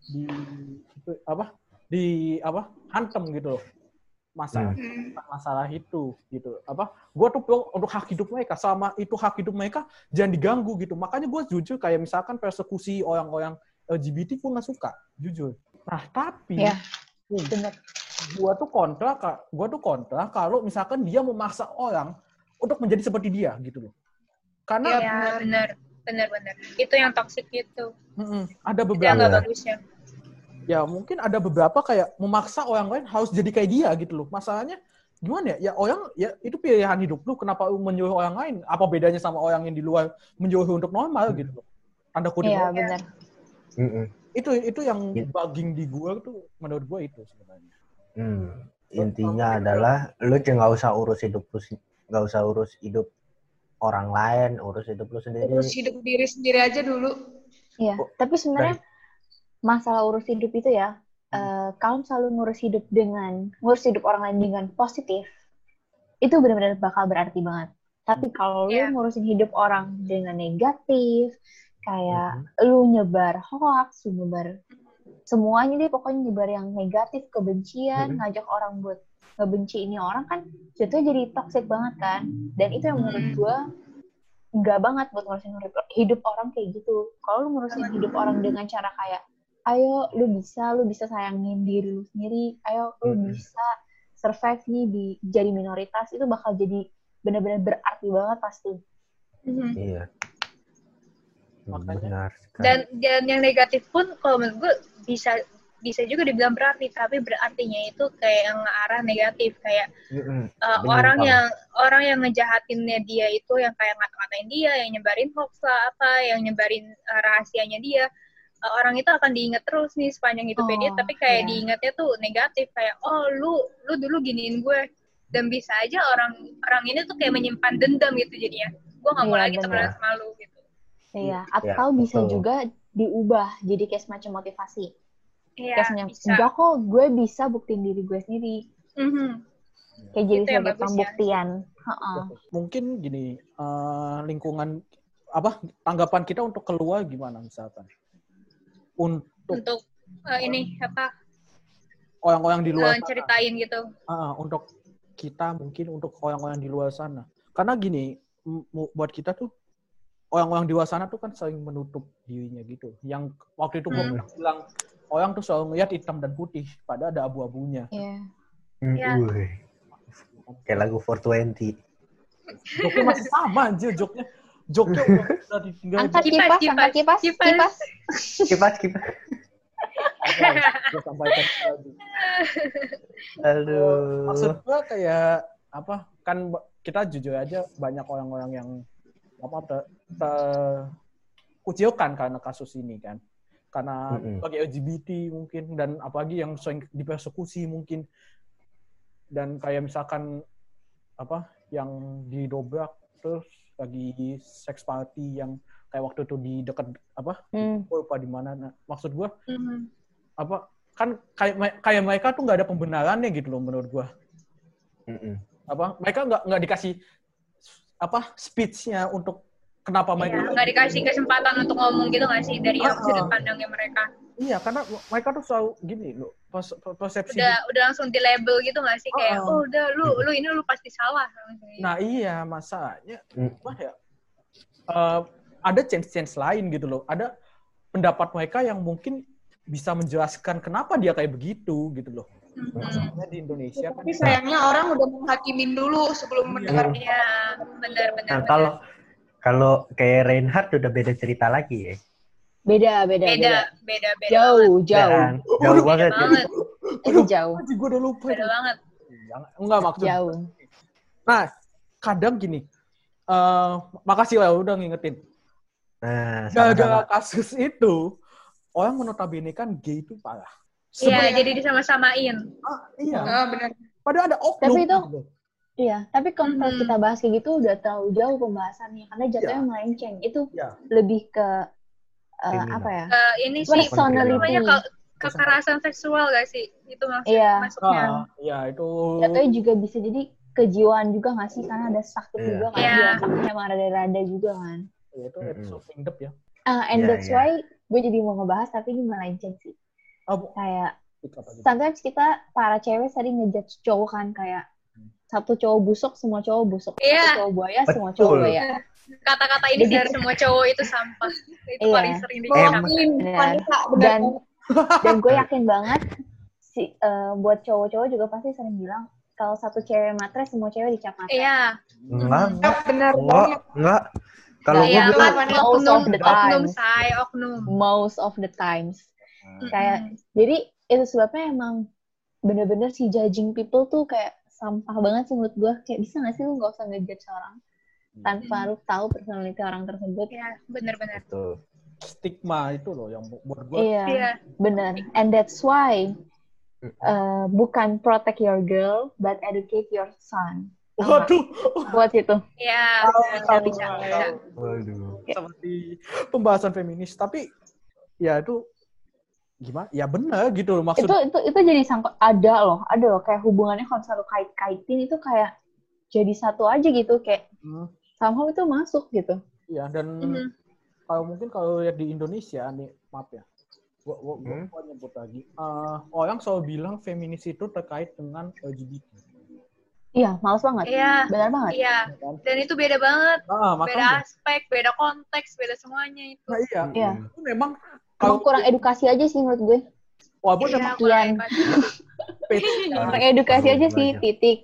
B: hantem gitu loh. Masalah itu gitu. Gue tuh pro untuk hak hidup mereka, sama itu hak hidup mereka jangan diganggu gitu. Makanya gue jujur kayak misalkan persekusi orang-orang LGBT pun nggak suka, jujur. Nah tapi
D: Iya, benar.
B: gue tuh kontra kalau misalkan dia memaksa orang untuk menjadi seperti dia gitu loh. Karena
C: Ya benar. Itu yang toksik gitu.
B: ada
C: Itu yang
B: beberapa
C: nggak bagusnya.
B: ya mungkin ada beberapa kayak memaksa orang lain harus jadi kayak dia gitu loh. Masalahnya gimana ya? Ya orang ya itu pilihan hidup lu, kenapa lu menyuruh orang lain? Apa bedanya sama orang yang di luar menyuruh untuk normal gitu loh. Tanda kutip.
D: Iya, benar.
B: Itu yang bugging di gua tuh menurut gua itu sebenarnya.
A: Intinya adalah lu nggak usah urus hidup lu, nggak usah urus hidup orang lain, urus hidup lu sendiri.
E: Terus hidup diri sendiri aja dulu.
D: Iya, tapi sebenarnya masalah urus hidup itu ya, kalau selalu ngurus hidup orang lain dengan positif, itu benar-benar bakal berarti banget. Tapi kalau lu ngurusin hidup orang dengan negatif, kayak lu nyebar hoax, lu nyebar semuanya deh, pokoknya nyebar yang negatif, kebencian, ngajak orang buat ngebenci ini orang, kan jatuhnya jadi toxic banget kan. Dan itu yang menurut gue enggak banget buat ngurusin hidup orang kayak gitu. Kalau lu ngurusin hidup orang dengan cara kayak, ayo lu bisa sayangin diri lu sendiri, ayo lu bisa survive nih jadi minoritas, itu bakal jadi benar-benar berarti banget pasti.
A: Iya. Benar sekali.
C: Dan yang negatif pun kalau menurut gue bisa juga dibilang berarti, tapi berartinya itu kayak yang arah negatif, kayak orang yang ngejahatinnya dia itu yang kayak ngata-ngatain dia, yang nyebarin hoax lah yang nyebarin rahasianya dia, orang itu akan diingat terus nih sepanjang hidupnya dia, tapi kayak diingatnya tuh negatif, kayak lu dulu giniin gue, dan bisa aja orang ini tuh kayak menyimpan dendam gitu jadinya, gue nggak mau lagi temenan sama lu gitu.
D: Iya, atau bisa juga diubah jadi kayak semacam motivasi.
C: Iya,
D: kayak enggak kok, gue bisa buktiin diri gue sendiri. Kayak jadi sebagai pembuktian.
B: Mungkin gini, lingkungan tanggapan kita untuk keluar gimana misalkan? Untuk orang-orang di luar sana.
C: Ceritain gitu.
B: Untuk kita mungkin untuk orang-orang di luar sana. Karena gini, buat kita tuh orang-orang dewasa tuh kan sering menutup dirinya gitu. Yang waktu itu gue bilang orang tuh selalu ngeliat hitam dan putih, padahal ada abu-abunya.
D: Iya.
C: Iya.
A: Kayak lagu 420.
B: Joknya masih sama anjir, joknya udah ditinggal.
D: Angkat kipas.
A: Kipas.
B: Gue sampaikan lagi.
A: Aduh.
B: Maksud gue kayak apa? Kan kita jujur aja banyak orang-orang yang terkucilkan karena kasus ini kan. Karena bagi LGBT mungkin, dan apalagi yang sering dipersekusi mungkin. Dan kayak misalkan yang didobrak terus lagi sex party yang kayak waktu itu di dekat lupa di mana. Nah, maksud gue kan kayak mereka tuh nggak ada pembenarannya gitu loh menurut gue. Mereka nggak dikasih speech-nya untuk kenapa mereka
C: nggak dikasih kesempatan untuk ngomong gitu nggak sih dari yang sudut pandangnya mereka.
B: Iya, karena mereka tuh selalu gini loh, persepsi
C: udah langsung di label gitu nggak sih, kayak udah lu ini lu pasti salah.
B: Nah iya, masalahnya ada chance lain gitu loh, ada pendapat mereka yang mungkin bisa menjelaskan kenapa dia kayak begitu gitu loh. Masalahnya di Indonesia
E: tapi sayangnya orang udah menghakimin dulu sebelum mendengar.
C: Iya, benar.
A: Nah, kalau kayak Reinhardt udah beda cerita lagi ya.
D: Beda. Jauh
A: banget.
D: Itu jauh.
B: Gue udah lupa.
C: Beda banget.
B: Enggak maksudnya.
D: Jauh.
B: Nah, kadang gini. Makasih lah udah ngingetin.
A: Nah,
B: gara-gara kasus itu, orang notabene kan gay itu parah.
C: Iya, jadi disama-samain.
B: Iya.
E: Benar.
B: Padahal ada oknum.
D: Tapi itu
B: gitu.
D: Iya, tapi kalau kita bahas kayak gitu udah terlalu jauh pembahasannya karena jatuhnya melenceng. Itu lebih ke
C: ini sih
D: personality.
C: namanya kekerasan seksual gak sih? Itu maksudnya.
B: Iya, itu.
D: Jatuhnya juga bisa jadi kejiwaan juga nggak sih? Karena ada sakit juga kan. Dia sakitnya emang rada-rada juga kan.
B: Iya, itu episode in-depth ya.
D: And that's why gue jadi mau ngebahas tapi ini melenceng sih. Kayak sometimes kita para cewek sering ngejudge cowok kan, kayak satu cowok busuk, semua cowok busuk. Satu cowok buaya, semua cowok buaya.
C: Kata-kata ini dari semua cowok itu sampah. Itu paling sering dikatakan.
D: Dan gue yakin banget buat cowok-cowok juga pasti sering bilang kalau satu cewek matre, semua cewek dicap matre.
C: Iya.
E: Benar.
A: Enggak. Kalau gue bilang
D: most of the times. Kayak jadi itu sebabnya emang bener-bener si judging people tuh kayak sampah banget sih menurut gue. Kayak bisa gak sih lu gak usah ngejudge orang tanpa lu tahu personality orang tersebut.
C: Iya, benar-benar.
B: Stigma itu loh yang buat gue.
D: Iya, benar. And that's why bukan protect your girl, but educate your son.
B: Waduh.
D: Buat itu.
C: Iya, bisa.
A: Waduh.
B: Seperti pembahasan feminis, tapi ya itu gimana? Ya benar gitu loh maksud.
D: Itu jadi sangkut ada loh kayak hubungannya kalau misalnya kait-kaitin itu kayak jadi satu aja gitu kayak somehow itu masuk gitu.
B: Iya, dan kalau lihat di Indonesia nih, maaf ya. Gua nyebut lagi. Orang selalu bilang feminis itu terkait dengan LGBT.
D: Iya, males banget.
C: Iya.
D: Benar banget.
C: Iya. Dan itu beda banget. Beda
B: makanya.
C: aspek, beda konteks, beda semuanya itu.
B: Nah, iya. Itu memang
D: kalau kurang edukasi aja sih menurut gue.
B: Walaupun
D: kurang edukasi aja sih, titik.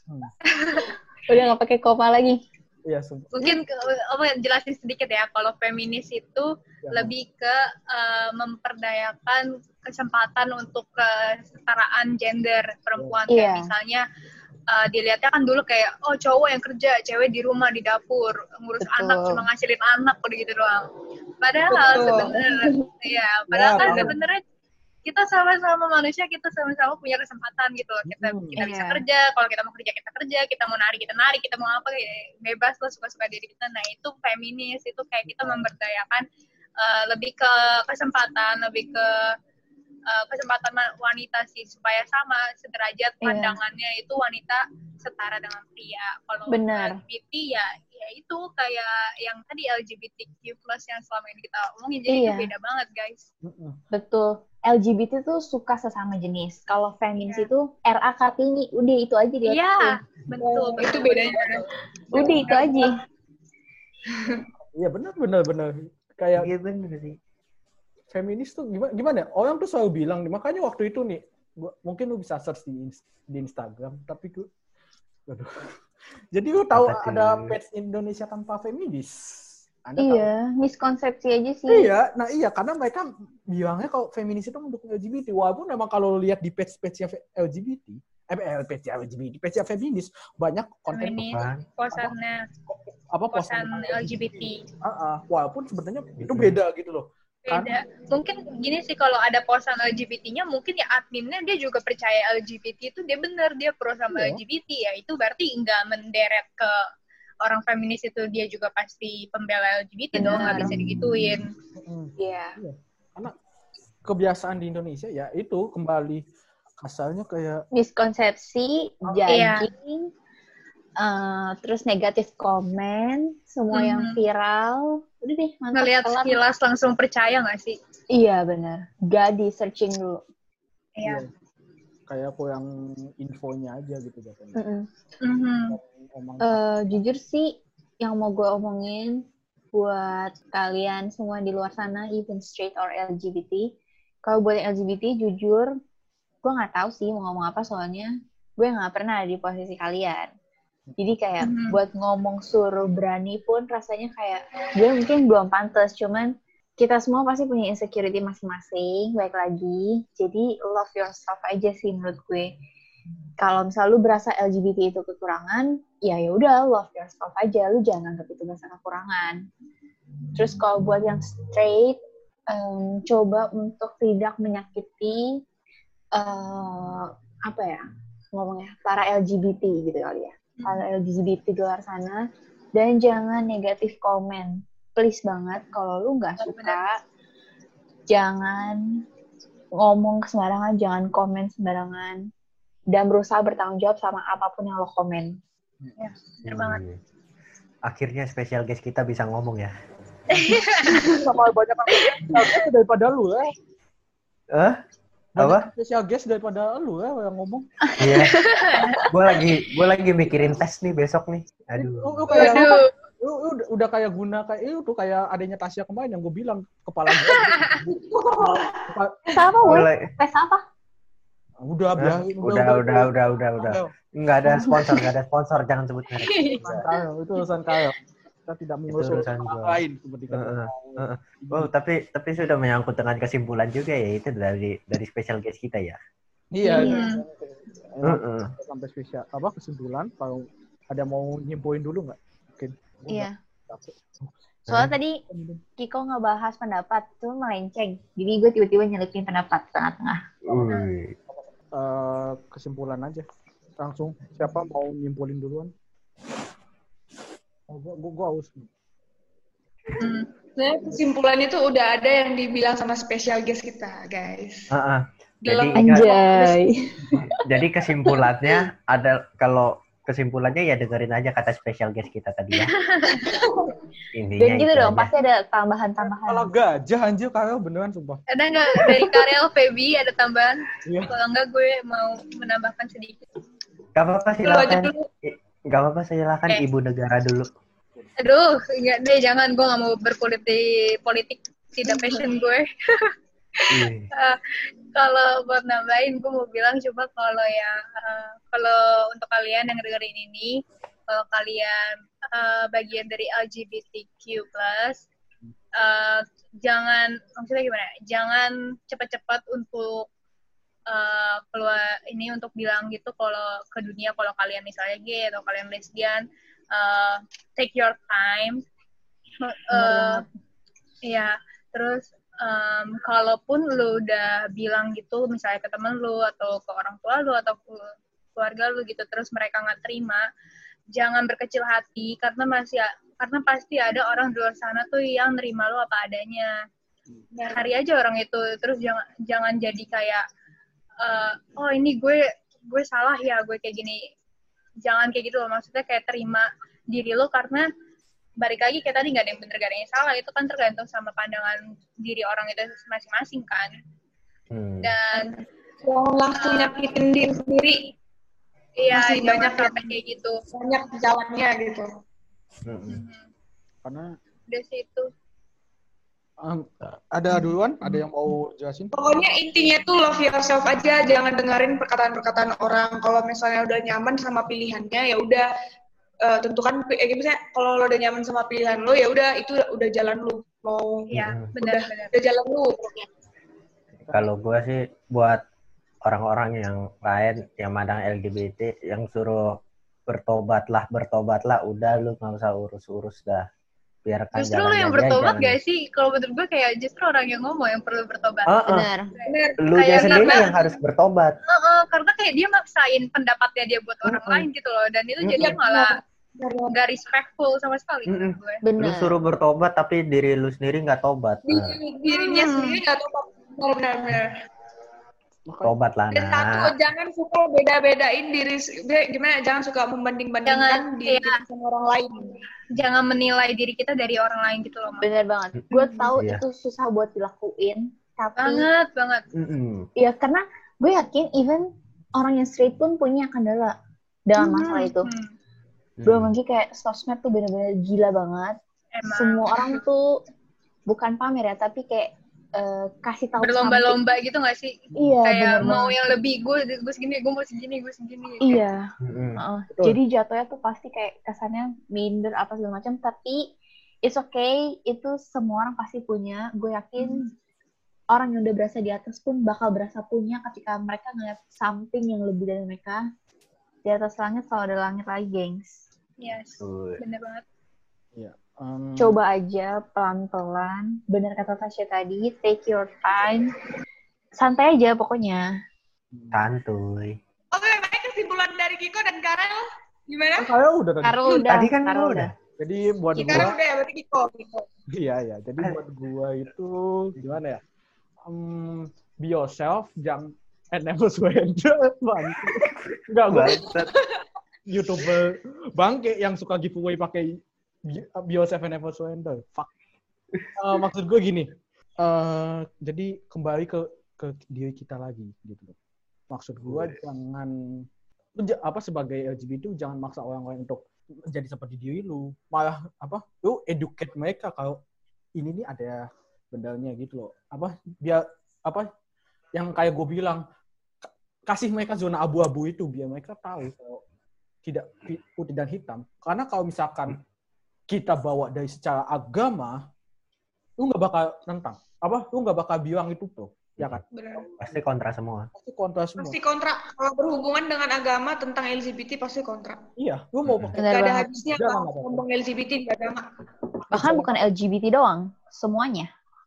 D: Udah nggak pakai koma lagi.
B: Iya,
C: mungkin jelasin sedikit ya, kalau feminis itu lebih ke memperdayakan kesempatan untuk kesetaraan gender perempuan. Kayak misalnya dilihatnya kan dulu kayak cowok yang kerja, cewek di rumah di dapur ngurus anak, cuma ngasilin anak udah gitu doang. Padahal sebenarnya kita sama-sama manusia, kita sama-sama punya kesempatan gitu loh. Kita bisa kerja, kalau kita mau kerja, kita mau nari, kita mau apa, bebas lah, suka-suka diri kita. Nah itu feminis, itu kayak kita memberdayakan lebih ke kesempatan, lebih ke kesempatan wanita sih, supaya sama sederajat pandangannya, itu wanita setara dengan pria. Kalau LGBT ya itu kayak yang tadi LGBTQ+ yang selama ini kita omongin, jadi itu beda banget guys.
D: Betul. LGBT tuh suka sesama jenis. Kalau feminis itu RA Kartini, udah itu aja dia.
C: Iya, betul.
E: Itu bedanya.
D: Udah itu aja.
B: Iya benar. Kayak
A: Iya bener sih.
B: feminis tuh gimana? Orang tuh selalu bilang, makanya waktu itu nih, mungkin lu bisa search di Instagram, tapi aduh. Jadi lu tahu
A: Apa tuh?
B: ada page Indonesia tanpa feminis? Anda
D: Iya, miskonsepsi aja sih.
B: Iya, karena mereka bilangnya kalau feminis itu mendukung LGBT, walaupun memang kalau lihat di page-page LGBT, page feminis banyak konten
C: Feminis, posannya, posan LGBT.
B: walaupun sebenarnya itu beda gitu loh.
C: Beda. Mungkin gini sih, kalau ada posan LGBT-nya, mungkin ya adminnya dia juga percaya LGBT itu dia bener, dia pro sama LGBT, ya itu berarti nggak menderet ke orang feminis itu dia juga pasti pembela LGBT dong, nggak bisa digituin.
D: Iya.
B: Karena kebiasaan di Indonesia ya itu kembali asalnya kayak
D: Miskonsepsi, judging, terus negatif komen, semua yang viral. Udah deh, mantap.
C: Ngelihat sekilas langsung percaya nggak sih?
D: Iya, benar. Gak di searching dulu.
C: Iya.
B: Kayak aku yang infonya aja gitu jatuhnya.
D: Jujur sih, yang mau gue omongin buat kalian semua di luar sana, even straight or LGBT, kalau buat yang LGBT, jujur, gue nggak tahu sih mau ngomong apa, soalnya gue nggak pernah ada di posisi kalian. Jadi kayak buat ngomong suruh berani pun rasanya kayak gue mungkin belum pantas, cuman kita semua pasti punya insecurity masing-masing, baik lagi. Jadi love yourself aja sih menurut gue. Kalau misal lu berasa LGBT itu kekurangan, ya udah love yourself aja, lu jangan anggap itu berasa kekurangan. Terus kalau buat yang straight, coba untuk tidak menyakiti para LGBT gitu kali ya. Para LGBT di luar sana, dan jangan negatif komen. Please banget, kalau lu nggak suka, jangan ngomong sembarangan, jangan komen sembarangan, dan berusaha bertanggung jawab sama apapun yang lo komen.
C: Ya, bener banget.
A: Akhirnya special guest kita bisa ngomong ya.
B: Sama banyak daripada lu ya.
A: Apa?
B: Special guest daripada lu ya yang ngomong.
A: Iya. Gue lagi mikirin tes nih besok nih. Aduh.
B: Lu udah kayak guna kayak itu tuh kayak adanya Tasya kemarin yang gue bilang kepala gue.
D: Tes apa, Woi? Tes apa?
B: Udah.
A: Enggak ada sponsor, jangan sebut merek.
B: Itu urusan kaya. Kita tidak mengurus orang lain seperti kata.
A: Oh, tapi sudah menyangkut dengan kesimpulan juga ya, itu dari special guest kita ya.
B: Iya. Sampai spesial kesimpulan, kalau ada mau nyimpuin dulu nggak? Mungkin.
D: Iya. Soalnya tadi Kiko ngebahas pendapat tuh melenceng, jadi gue tiba-tiba nyelipin pendapat tengah-tengah.
B: Kesimpulan aja langsung, siapa mau nyimpulin duluan? Gue haus.
E: Nah, kesimpulan itu udah ada yang dibilang sama special guest kita, guys.
A: Jadi kesimpulannya ada, kalau kesimpulannya ya dengerin aja kata special guest kita tadi ya.
D: Dan gitu dong, pasti ada tambahan-tambahan.
B: Kalau gajah anjir Karel beneran sumpah.
C: Ada nggak dari Karel, Feby ada tambahan? Kalau nggak gue mau menambahkan sedikit.
A: Gak apa-apa, silakan Ibu Negara dulu.
C: Aduh, enggak deh, jangan, gue nggak mau berpolitik, tidak passion gue. Kalau buat nambahin, gue mau bilang coba kalau untuk kalian yang dengerin ini, kalau kalian bagian dari LGBTQ+, jangan, maksudnya gimana? Jangan cepat-cepat untuk keluar ini untuk bilang gitu kalau ke dunia kalau kalian misalnya gay atau kalian lesbian. Take your time. Ya, terus kalaupun lu udah bilang gitu misalnya ke temen lu atau ke orang tua lu atau ke keluarga lu gitu, terus mereka nggak terima, jangan berkecil hati karena pasti ada orang di luar sana tuh yang nerima lu apa adanya. Ya, hari aja orang itu, terus jangan jadi kayak oh ini gue salah ya, gue kayak gini. Jangan kayak gitu loh, maksudnya kayak terima diri lo, karena balik lagi kayak tadi nggak ada yang bener, nggak ada yang salah, itu kan tergantung sama pandangan diri orang itu masing-masing kan. Dan
E: jangan langsung nyakitin diri sendiri.
C: Iya, banyak sampai kayak gitu.
E: Banyak jalannya gitu.
B: Karena
C: Udah sih itu.
B: ada duluan, ada yang mau jelasin?
E: Pokoknya intinya tuh love yourself aja, jangan dengerin perkataan-perkataan orang. Kalau misalnya udah nyaman sama pilihannya, ya udah tentukan. Misalnya kalau lo udah nyaman sama pilihan lo, ya udah itu udah jalan lo. Mau
C: Iya, benar.
E: udah jalan lo.
A: Kalau gue sih buat orang-orang yang lain yang mandang LGBT yang suruh bertobatlah, udah lu nggak usah urus-urus dah. Biarkan
C: Justru
A: jalan
C: lo yang
A: aja,
C: bertobat
A: jangan.
C: gak sih? Kalau menurut gue kayak justru orang yang ngomong yang perlu bertobat.
D: Benar.
A: Lu
C: Kayak
A: sendiri
C: karena-
A: yang harus bertobat.
C: Karena kayak dia maksain pendapatnya dia buat orang lain gitu loh. Dan itu jadi malah gak respectful sama sekali menurut gue.
A: Lu
D: Benar.
A: suruh bertobat tapi diri lu sendiri nggak tobat.
E: Dirinya sendiri nggak tahu benar-benar.
A: Tobat lah,
E: Dan satu,
A: nah.
E: jangan suka beda-bedain diri, gimana? Jangan suka membanding-bandingkan
C: Jangan,
E: diri
C: iya.
E: kita sama orang lain.
C: Jangan menilai diri kita dari orang lain gitu loh. Mak.
D: Benar banget. Gue tahu
A: Iya.
D: itu susah buat dilakuin, tapi
C: Banget.
D: ya karena gue yakin even orang yang straight pun punya kendala dalam masalah itu. Belum lagi kayak sosmed tuh benar-benar gila banget.
C: Emang.
D: Semua orang tuh bukan pamer ya, tapi kayak kasih tahu
C: Berlomba-lomba gitu gak sih?
D: something. Iya,
C: Kayak
D: benar
C: mau
D: banget.
C: yang lebih, gue segini, gue mau segini.
D: Iya.
B: Betul.
D: Jadi jatuhnya tuh pasti kayak kesannya minder apa segala macam, tapi it's okay, itu semua orang pasti punya. Gue yakin orang yang udah berasa di atas pun bakal berasa punya ketika mereka ngeliat something yang lebih dari mereka. Di atas langit selalu ada langit lagi, gengs.
C: Yes, bener banget.
B: Iya.
D: Coba aja pelan-pelan. Bener kata Tasya tadi, take your time. Santai aja pokoknya.
A: Santuy.
E: Oke, baik, kesimpulan dari Kiko dan Karel gimana?
B: Saya udah tadi.
D: Taruh udah.
A: Tadi kan
D: taruh
A: lu udah.
B: Jadi buat
E: Karel
B: gua,
E: udah ya, berarti Kiko.
B: iya. Jadi buat gua itu gimana ya? Be yourself, jangan and never surrender. Bangke. Enggak, gua YouTuber bangke yang suka giveaway pakai be yourself and never surrender. Fuck. Maksud gue gini. Jadi kembali ke diri kita lagi gitu. Maksud gue jangan sebagai LGBT jangan maksa orang lain untuk jadi seperti diri lu. Malah lu educate mereka kalau ini nih ada benarnya gitu loh. Biar yang kayak gue bilang, kasih mereka zona abu-abu itu biar mereka tahu kalau tidak putih dan hitam. Karena kalau misalkan kita bawa dari secara agama, lu nggak bakal nentang. Lu nggak bakal bilang itu tuh, ya kan?
E: Benar.
A: Pasti kontra semua.
B: Pasti kontra semua.
E: Pasti kontra. Kalau berhubungan dengan agama tentang LGBT pasti kontra.
B: Iya, lu mau pakai
D: Benar
E: Gak ada
D: banget.
E: habisnya
B: Jangan,
E: kalau
B: nggak apa-apa.
E: ngomong LGBT di agama.
D: Bahkan bukan LGBT doang, semuanya.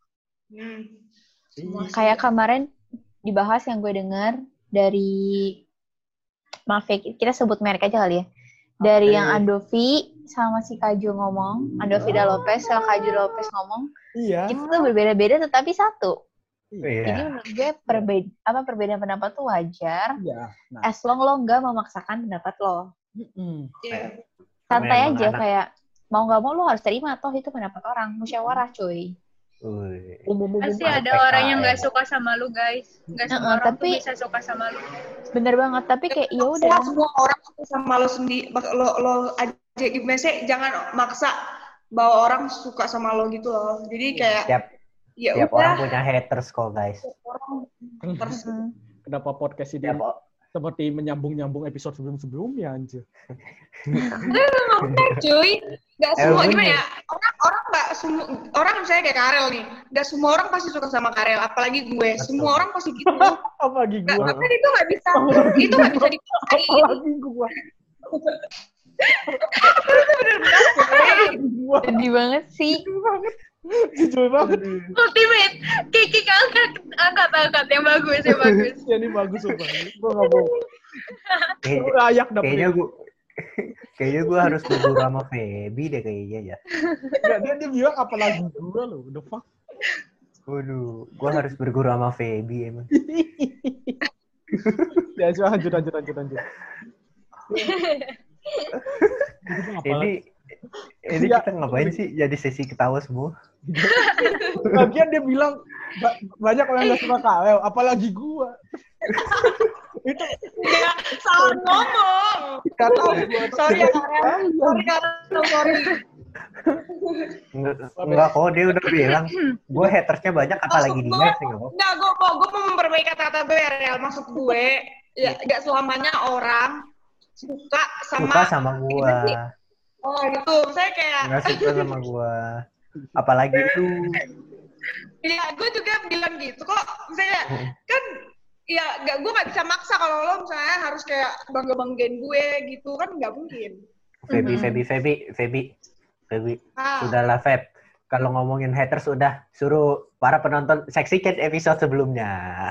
E: Semua.
D: Kayak kemarin dibahas yang gue dengar dari, maaf ya, kita sebut merek aja kali ya. Dari yang Andovi sama si Kaju ngomong, Andovi da Lopez sama Kaju Lopez ngomong,
B: Iya.
D: itu tuh berbeda-beda tetapi satu. Jadi
A: Iya.
D: menurut gue perbedaan pendapat tuh wajar,
B: Iya. Nah.
D: as long lo nggak memaksakan pendapat lo.
E: Iya.
D: Santai
A: Memang
D: aja,
A: anak.
D: kayak mau nggak mau lo harus terima, toh itu pendapat orang, musyawarah cuy.
C: Pasti
A: Apa
C: ada orang yang
A: PKL?
C: gak suka sama lu, guys. Gak semua orang
D: tapi-
C: tuh bisa suka sama lu.
D: Bener banget, tapi kayak ya udah.
E: Semua orang sama lo sendiri, lo aja gimana sih? Jangan maksa bahwa orang suka sama lo gitu loh. Jadi kayak ya
A: Tiap
E: udah.
A: orang punya haters kok, guys.
E: Orang terus
B: Kenapa podcast ini
A: Tiap
B: seperti menyambung-nyambung episode sebelum-sebelumnya anjir.
E: cuy, nggak semua
A: bener.
E: gimana ya? Orang nggak semua orang misalnya kayak Karel nih, nggak semua orang pasti suka sama Karel, apalagi gue. Semua orang pasti gitu.
B: Apalagi
E: Nggak,
B: gua.
E: tapi itu nggak bisa dipaksain.
B: Apalagi gua. Gua
D: Sedih banget sih.
B: jujur banget.
C: Ultimate. Kiki angkat yang bagus, yang bagus.
B: Ya ini bagus sumpah. Gua enggak bohong.
A: Kayaknya,
B: Layak dapet.
A: kayaknya gue harus berguru sama Feby deh kayaknya ya.
B: Enggak, dia bilang apalagi gua loh. The fuck.
A: Waduh, gue harus berguru sama Feby emang.
B: Ya, lanjut.
A: Ini
B: Ya.
A: kita ngapain sih? Jadi sesi ketawa semua.
B: Lagian dia bilang banyak orang yang suka Karel, apalagi gua. Itu
E: Ya, salah ngomong.
B: nggak tahu gua.
E: Sorry ya Karel. Sorry Karel, sorry.
A: Enggak kok, dia udah bilang gue hatersnya banyak apalagi dia sih nggak.
E: Enggak, gue mau memperbaiki kata-kata gue ya, Real. Maksud gue, ya nggak selamanya orang suka
A: sama gue.
E: Oh gitu, saya kayak
A: Nggak suka sama gue. Apalagi itu.
E: ya gue juga bilang gitu kok. Misalnya kan ya gue nggak bisa maksa kalau lo misalnya harus kayak banggain gue gitu kan nggak mungkin.
A: Feby. Udahlah Feb. Kalau ngomongin haters udah suruh para penonton saksikan episode sebelumnya.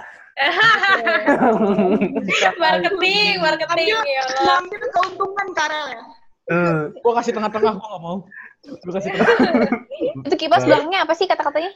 C: marketing ya Allah.
E: Ngambil keuntungan Karel ya.
B: Gue kasih tengah-tengah, gue gak mau. Gue kasih tengah.
D: Itu kipas belakangnya apa sih kata-katanya?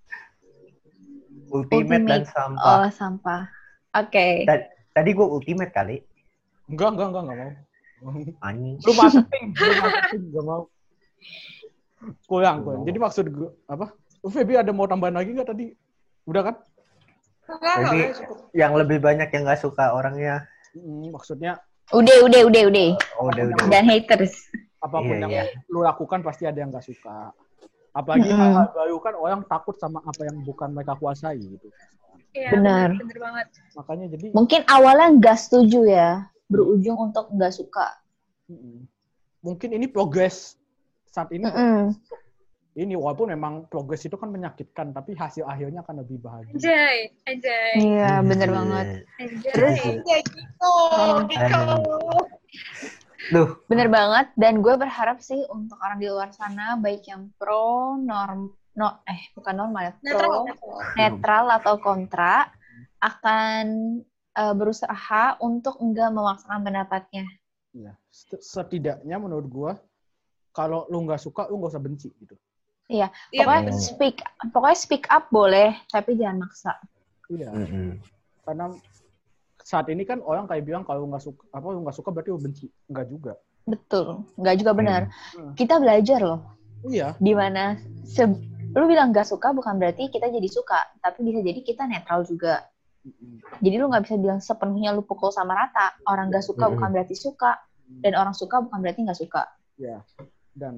A: Ultimate dan sampah.
D: Oh, sampah. Oke.
A: Tadi gue ultimate kali.
B: Enggak mau.
A: Anjing.
B: Lu marketing, gak mau. Kurang. Jadi maksud gue, apa? Feby ada mau tambahan lagi nggak tadi? Udah kan?
A: Jadi yang lebih banyak yang nggak suka orangnya.
B: Maksudnya?
D: Udah.
A: Oh, udah.
D: Dan haters.
B: Apapun yang lu lakukan pasti ada yang nggak suka. Apalagi hal-hal baru kan orang takut sama apa yang bukan mereka kuasai gitu.
C: Iya,
D: benar
C: banget.
B: Makanya jadi.
D: Mungkin awalnya nggak setuju ya, berujung untuk nggak suka.
B: Mungkin ini progres saat ini. Ini walaupun memang progres itu kan menyakitkan, tapi hasil akhirnya akan lebih bahagia.
C: Anjay.
D: Iya, bener banget.
C: Terus
E: gitu.
D: Bener banget. Dan gue berharap sih untuk orang di luar sana, baik yang pro, netral atau kontra, akan berusaha untuk enggak memaksakan pendapatnya.
B: Ya, setidaknya menurut gue, kalau lu nggak suka, lu nggak usah benci gitu.
D: Iya, pokoknya speak up boleh, tapi jangan maksa.
B: Iya. Karena saat ini kan orang kayak bilang kalau lu nggak suka berarti lu benci, nggak juga.
D: Betul, nggak juga benar. Kita belajar loh.
B: Iya.
D: Dimana lu bilang nggak suka bukan berarti kita jadi suka, tapi bisa jadi kita netral juga. Jadi lu nggak bisa bilang sepenuhnya lu pukul sama rata. Orang nggak suka bukan berarti suka, dan orang suka bukan berarti nggak suka.
B: Ya. Dan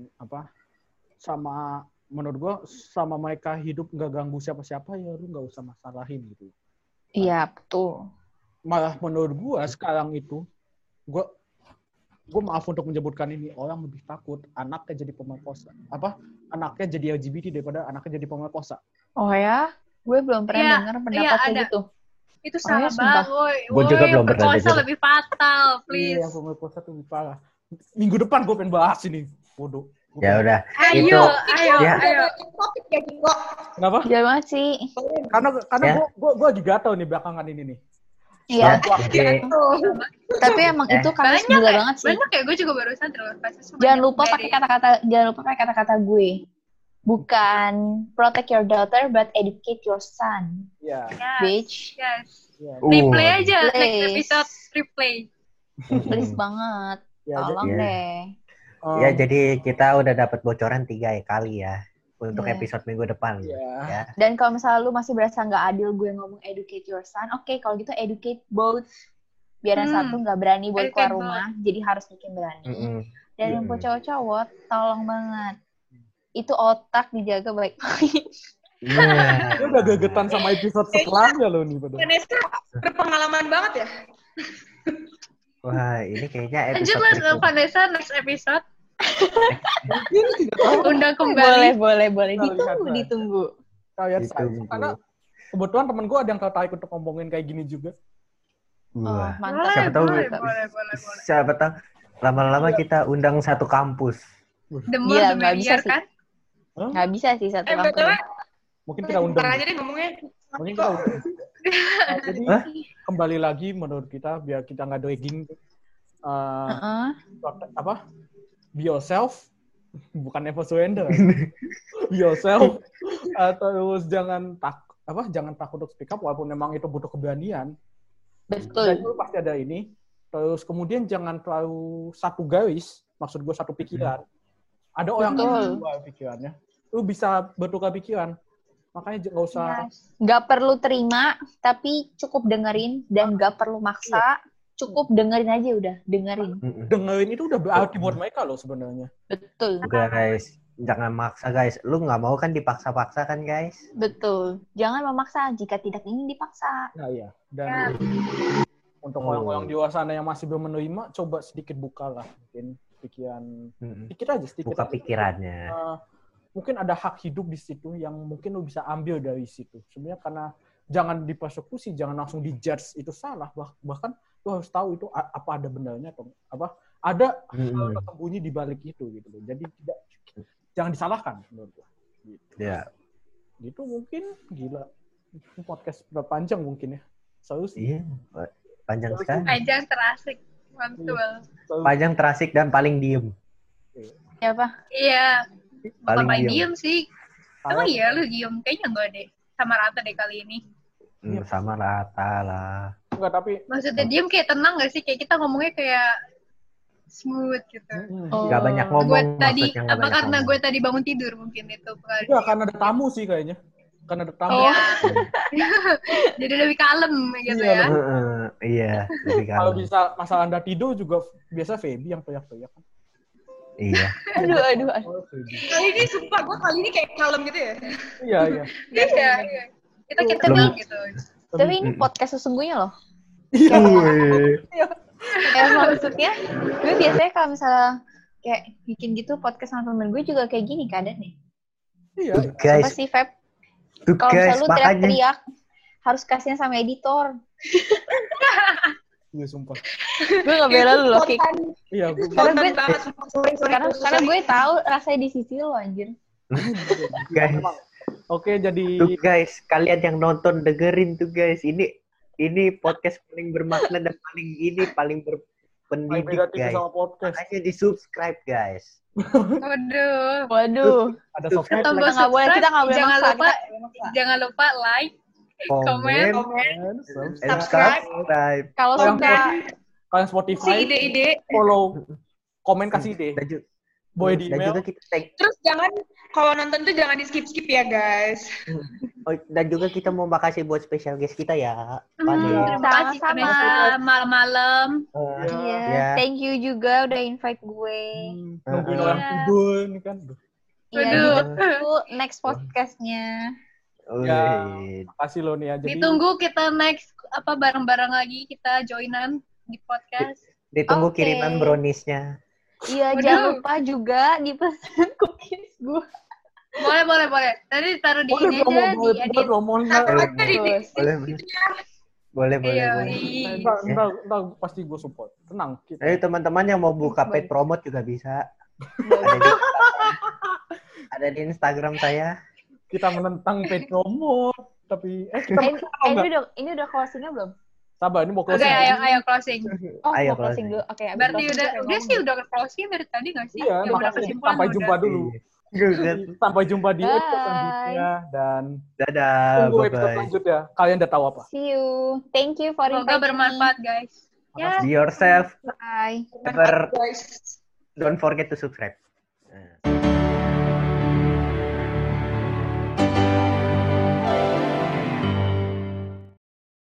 B: sama menurut gua sama mereka hidup nggak ganggu siapa-siapa ya lu nggak usah masalahin gitu.
D: Iya betul.
B: Malah menurut gua sekarang itu gua maaf untuk menyebutkan ini, orang lebih takut anaknya jadi pemerkosa. Anaknya jadi LGBT daripada anaknya jadi pemerkosa.
D: Oh ya? Gue belum pernah dengar pendapat kayak gitu.
C: Itu salah banget,
A: Gue juga belum pernah
C: dengar. Lebih fatal, please.
B: Iya, pemerkosa tuh lebih parah. Minggu depan gue pengen bahas ini. Bodoh.
A: Ya udah.
C: Ayo.
E: Topik ya, Kiko.
B: Kenapa?
D: Jangan banget sih.
B: Karena gue lagi gatel nih belakangan ini nih.
D: Iya. Tapi emang itu kasus gila banget sih.
C: Banyak ya, gue juga barusan terlalu kasus.
D: Jangan lupa pakai kata-kata gue. Bukan protect your daughter but educate your son.
B: Iya.
D: Bitch.
C: Yes. Replay aja next episode, replay.
D: Please banget. Tolong deh.
A: Ya, jadi kita udah dapat bocoran 3 kali ya untuk episode minggu depan. Ya.
D: Dan kalau misalnya lu masih berasa nggak adil gue ngomong educate your son, oke, kalau gitu educate both. Biar yang satu nggak berani buat keluar rumah, jadi harus bikin berani. Dan yang buat cowok-cowok, tolong banget. Itu otak dijaga baik-baik.
B: Lu udah gegetan sama episode setelahnya lo nih.
E: Vanessa berpengalaman banget ya.
A: Wah, ini kayaknya episode
C: lanjut Vanessa next episode. Undang kembali.
D: Boleh. Ditunggu.
B: Karena kebetulan temen gue ada yang tertarik untuk ngomongin kayak gini juga.
D: Mantap.
A: Siapa tahu lama-lama kita undang satu kampus.
D: Gila, nggak bisa sih. Nggak bisa sih satu kampus.
B: Mungkin kita undang.
E: Ntar aja deh ngomongnya.
B: Jadi kembali lagi menurut kita biar kita nggak dragging be yourself, bukan Eva Surrender. Be yourself. Terus jangan takut untuk speak up walaupun memang itu butuh keberanian.
D: Betul.
B: Dan itu pasti ada ini. Terus kemudian jangan terlalu satu garis, maksud gue satu pikiran. Ada orang yang dua pikirannya. Lu bisa bertukar pikiran. Makanya nggak usah.
D: Nggak perlu terima, tapi cukup dengerin dan nggak perlu maksa. cukup dengerin aja udah, dengerin.
B: Dengerin itu udah berarti buat mereka loh sebenarnya.
D: Betul.
A: Guys, jangan maksa guys. Lu nggak mau kan dipaksa-paksa kan guys?
D: Betul. Jangan memaksa jika tidak ingin dipaksa.
B: Nah iya. Dan untuk orang-orang di luar sana yang masih belum menerima, coba sedikit buka lah mungkin pikiran, sedikit aja.
A: Buka pikirannya.
B: Mungkin ada hak hidup di situ yang mungkin lu bisa ambil dari situ. Sebenarnya karena jangan dipersekusi, jangan langsung dijudge itu salah. Bahkan lu harus tahu itu apa ada benarnya atau apa ada hal tersembunyi di balik itu gitu loh. Jadi jangan disalahkan menurut gua. Gitu.
A: Ya.
B: Gitu mungkin gila. Ini podcast udah panjang mungkin ya.
A: Iya. Panjang sekali.
C: Panjang terasik. Mantul.
A: Panjang, terasik dan paling diem.
D: Siapa?
C: Iya. Bukan paling
A: diem.
C: diem sih. Emang iya lu diem? Kayaknya enggak deh. Sama rata deh kali ini.
A: Sama rata lah.
B: Enggak, tapi
C: Maksudnya diem kayak tenang gak sih? Kayak kita ngomongnya kayak smooth gitu.
A: Gak banyak ngomong.
C: Gue tadi,
A: maksudnya nggak
C: apa
A: banyak
C: karena
A: ngomong.
C: gue tadi bangun tidur mungkin itu.
B: ya karena ada tamu sih kayaknya. Karena ada tamu.
C: Iya. Jadi lebih kalem gitu
B: Iya,
C: ya.
A: Iya, lebih
B: Kalau
A: kalem.
B: bisa masalah Anda tidur juga biasa Feby yang teriak-teriak kan.
A: Iya.
D: Aduh.
B: Oh, Feby.
E: Kali ini sumpah gue kali ini kayak kalem gitu ya.
B: Iya.
C: Iya. Kita
A: Belum.
C: gitu.
D: Tapi ini podcast sesungguhnya loh.
A: Iya.
D: Maksudnya, gue biasanya kalau misalnya kayak bikin gitu podcast sama temen gue juga kayak gini keadaannya.
B: Iya.
A: Tuh, guys,
D: Apa sih, Feb?
A: tuh
D: Kalau
A: guys,
D: misalnya lu
A: makanya
D: teriak-teriak, harus kasihan sama editor.
B: Iya sumpah.
D: Gue gak bela lu loh, Kik.
B: Iya,
D: Karena gue,
E: Banget, sumpah. Sorry.
D: karena gue tahu rasanya di sisi lu, anjir.
A: guys,
B: Oke, jadi
A: tuh guys, kalian yang nonton dengerin tuh guys, ini podcast paling bermakna dan paling
B: paling
A: berpendidik
B: beda tipis
A: guys.
B: sama podcast.
A: Makanya di subscribe guys.
C: Waduh.
B: Ada subscribe,
C: Tombol
B: like,
D: Kita nggak boleh
C: subscribe, jangan
D: maksa,
C: lupa,
D: kita nggak boleh maksa.
C: jangan lupa like, komen.
B: and
E: Subscribe.
A: subscribe.
D: Kalau
B: Yang
D: suka,
B: kalian
E: Si
B: Spotify,
E: ide-ide.
B: follow, komen kasih ide. Boleh di
A: Dan
B: email.
A: juga kita tag.
E: Terus jangan, kalau nonton tuh jangan di skip-skip ya guys.
A: Oh, dan juga kita mau makasih buat special guest kita ya.
C: Terima kasih
D: Sama-sama.
C: Vanessa, malam-malam.
D: iya,
A: Ya.
D: thank you juga udah invite gue.
B: Nungguin
A: Iya.
B: orang tidur nih kan.
D: Iya,
C: Aduh.
D: ditunggu next podcastnya.
B: Ya. Makasih lo nih ya. Jadi
C: Ditunggu kita next apa bareng-bareng lagi kita joinan di podcast.
A: Ditunggu
D: Oke.
A: kiriman browniesnya.
D: Iya,
C: Waduh.
D: jangan lupa juga dipesan cookies gue.
C: Boleh. Tadi taruh di ini aja, di edit.
A: Boleh.
C: Iya,
B: Ntar pasti gue support. Tenang. Kita.
A: Jadi teman-teman yang mau buka paid promote juga bisa. Ada di Instagram saya.
B: Kita menentang paid promote. Tapi, kita
D: Ini udah closingnya belum?
B: sabar, ini mau
C: Oke,
B: closing.
C: ayo closing.
D: Oh,
A: Ayo,
D: mau closing
A: closing.
D: dulu. Oke, abis
C: Berarti
D: closing
C: udah
D: gue
C: sih udah closing dari tadi nggak sih?
B: Iya,
C: Ya udah
B: makasih.
C: kesimpulan
B: Sampai
C: udah.
B: jumpa dulu. Sampai jumpa di
D: Bye.
B: episode selanjutnya. Dan
A: Dadah,
B: tunggu episode
A: bye-bye.
B: selanjutnya. Kalian udah tahu apa?
D: See you. Thank you for
C: Semoga
D: inviting
C: bermanfaat
D: me.
C: guys. Ya.
A: Be yourself.
D: Bye.
A: Never,
E: Guys.
A: don't forget to subscribe.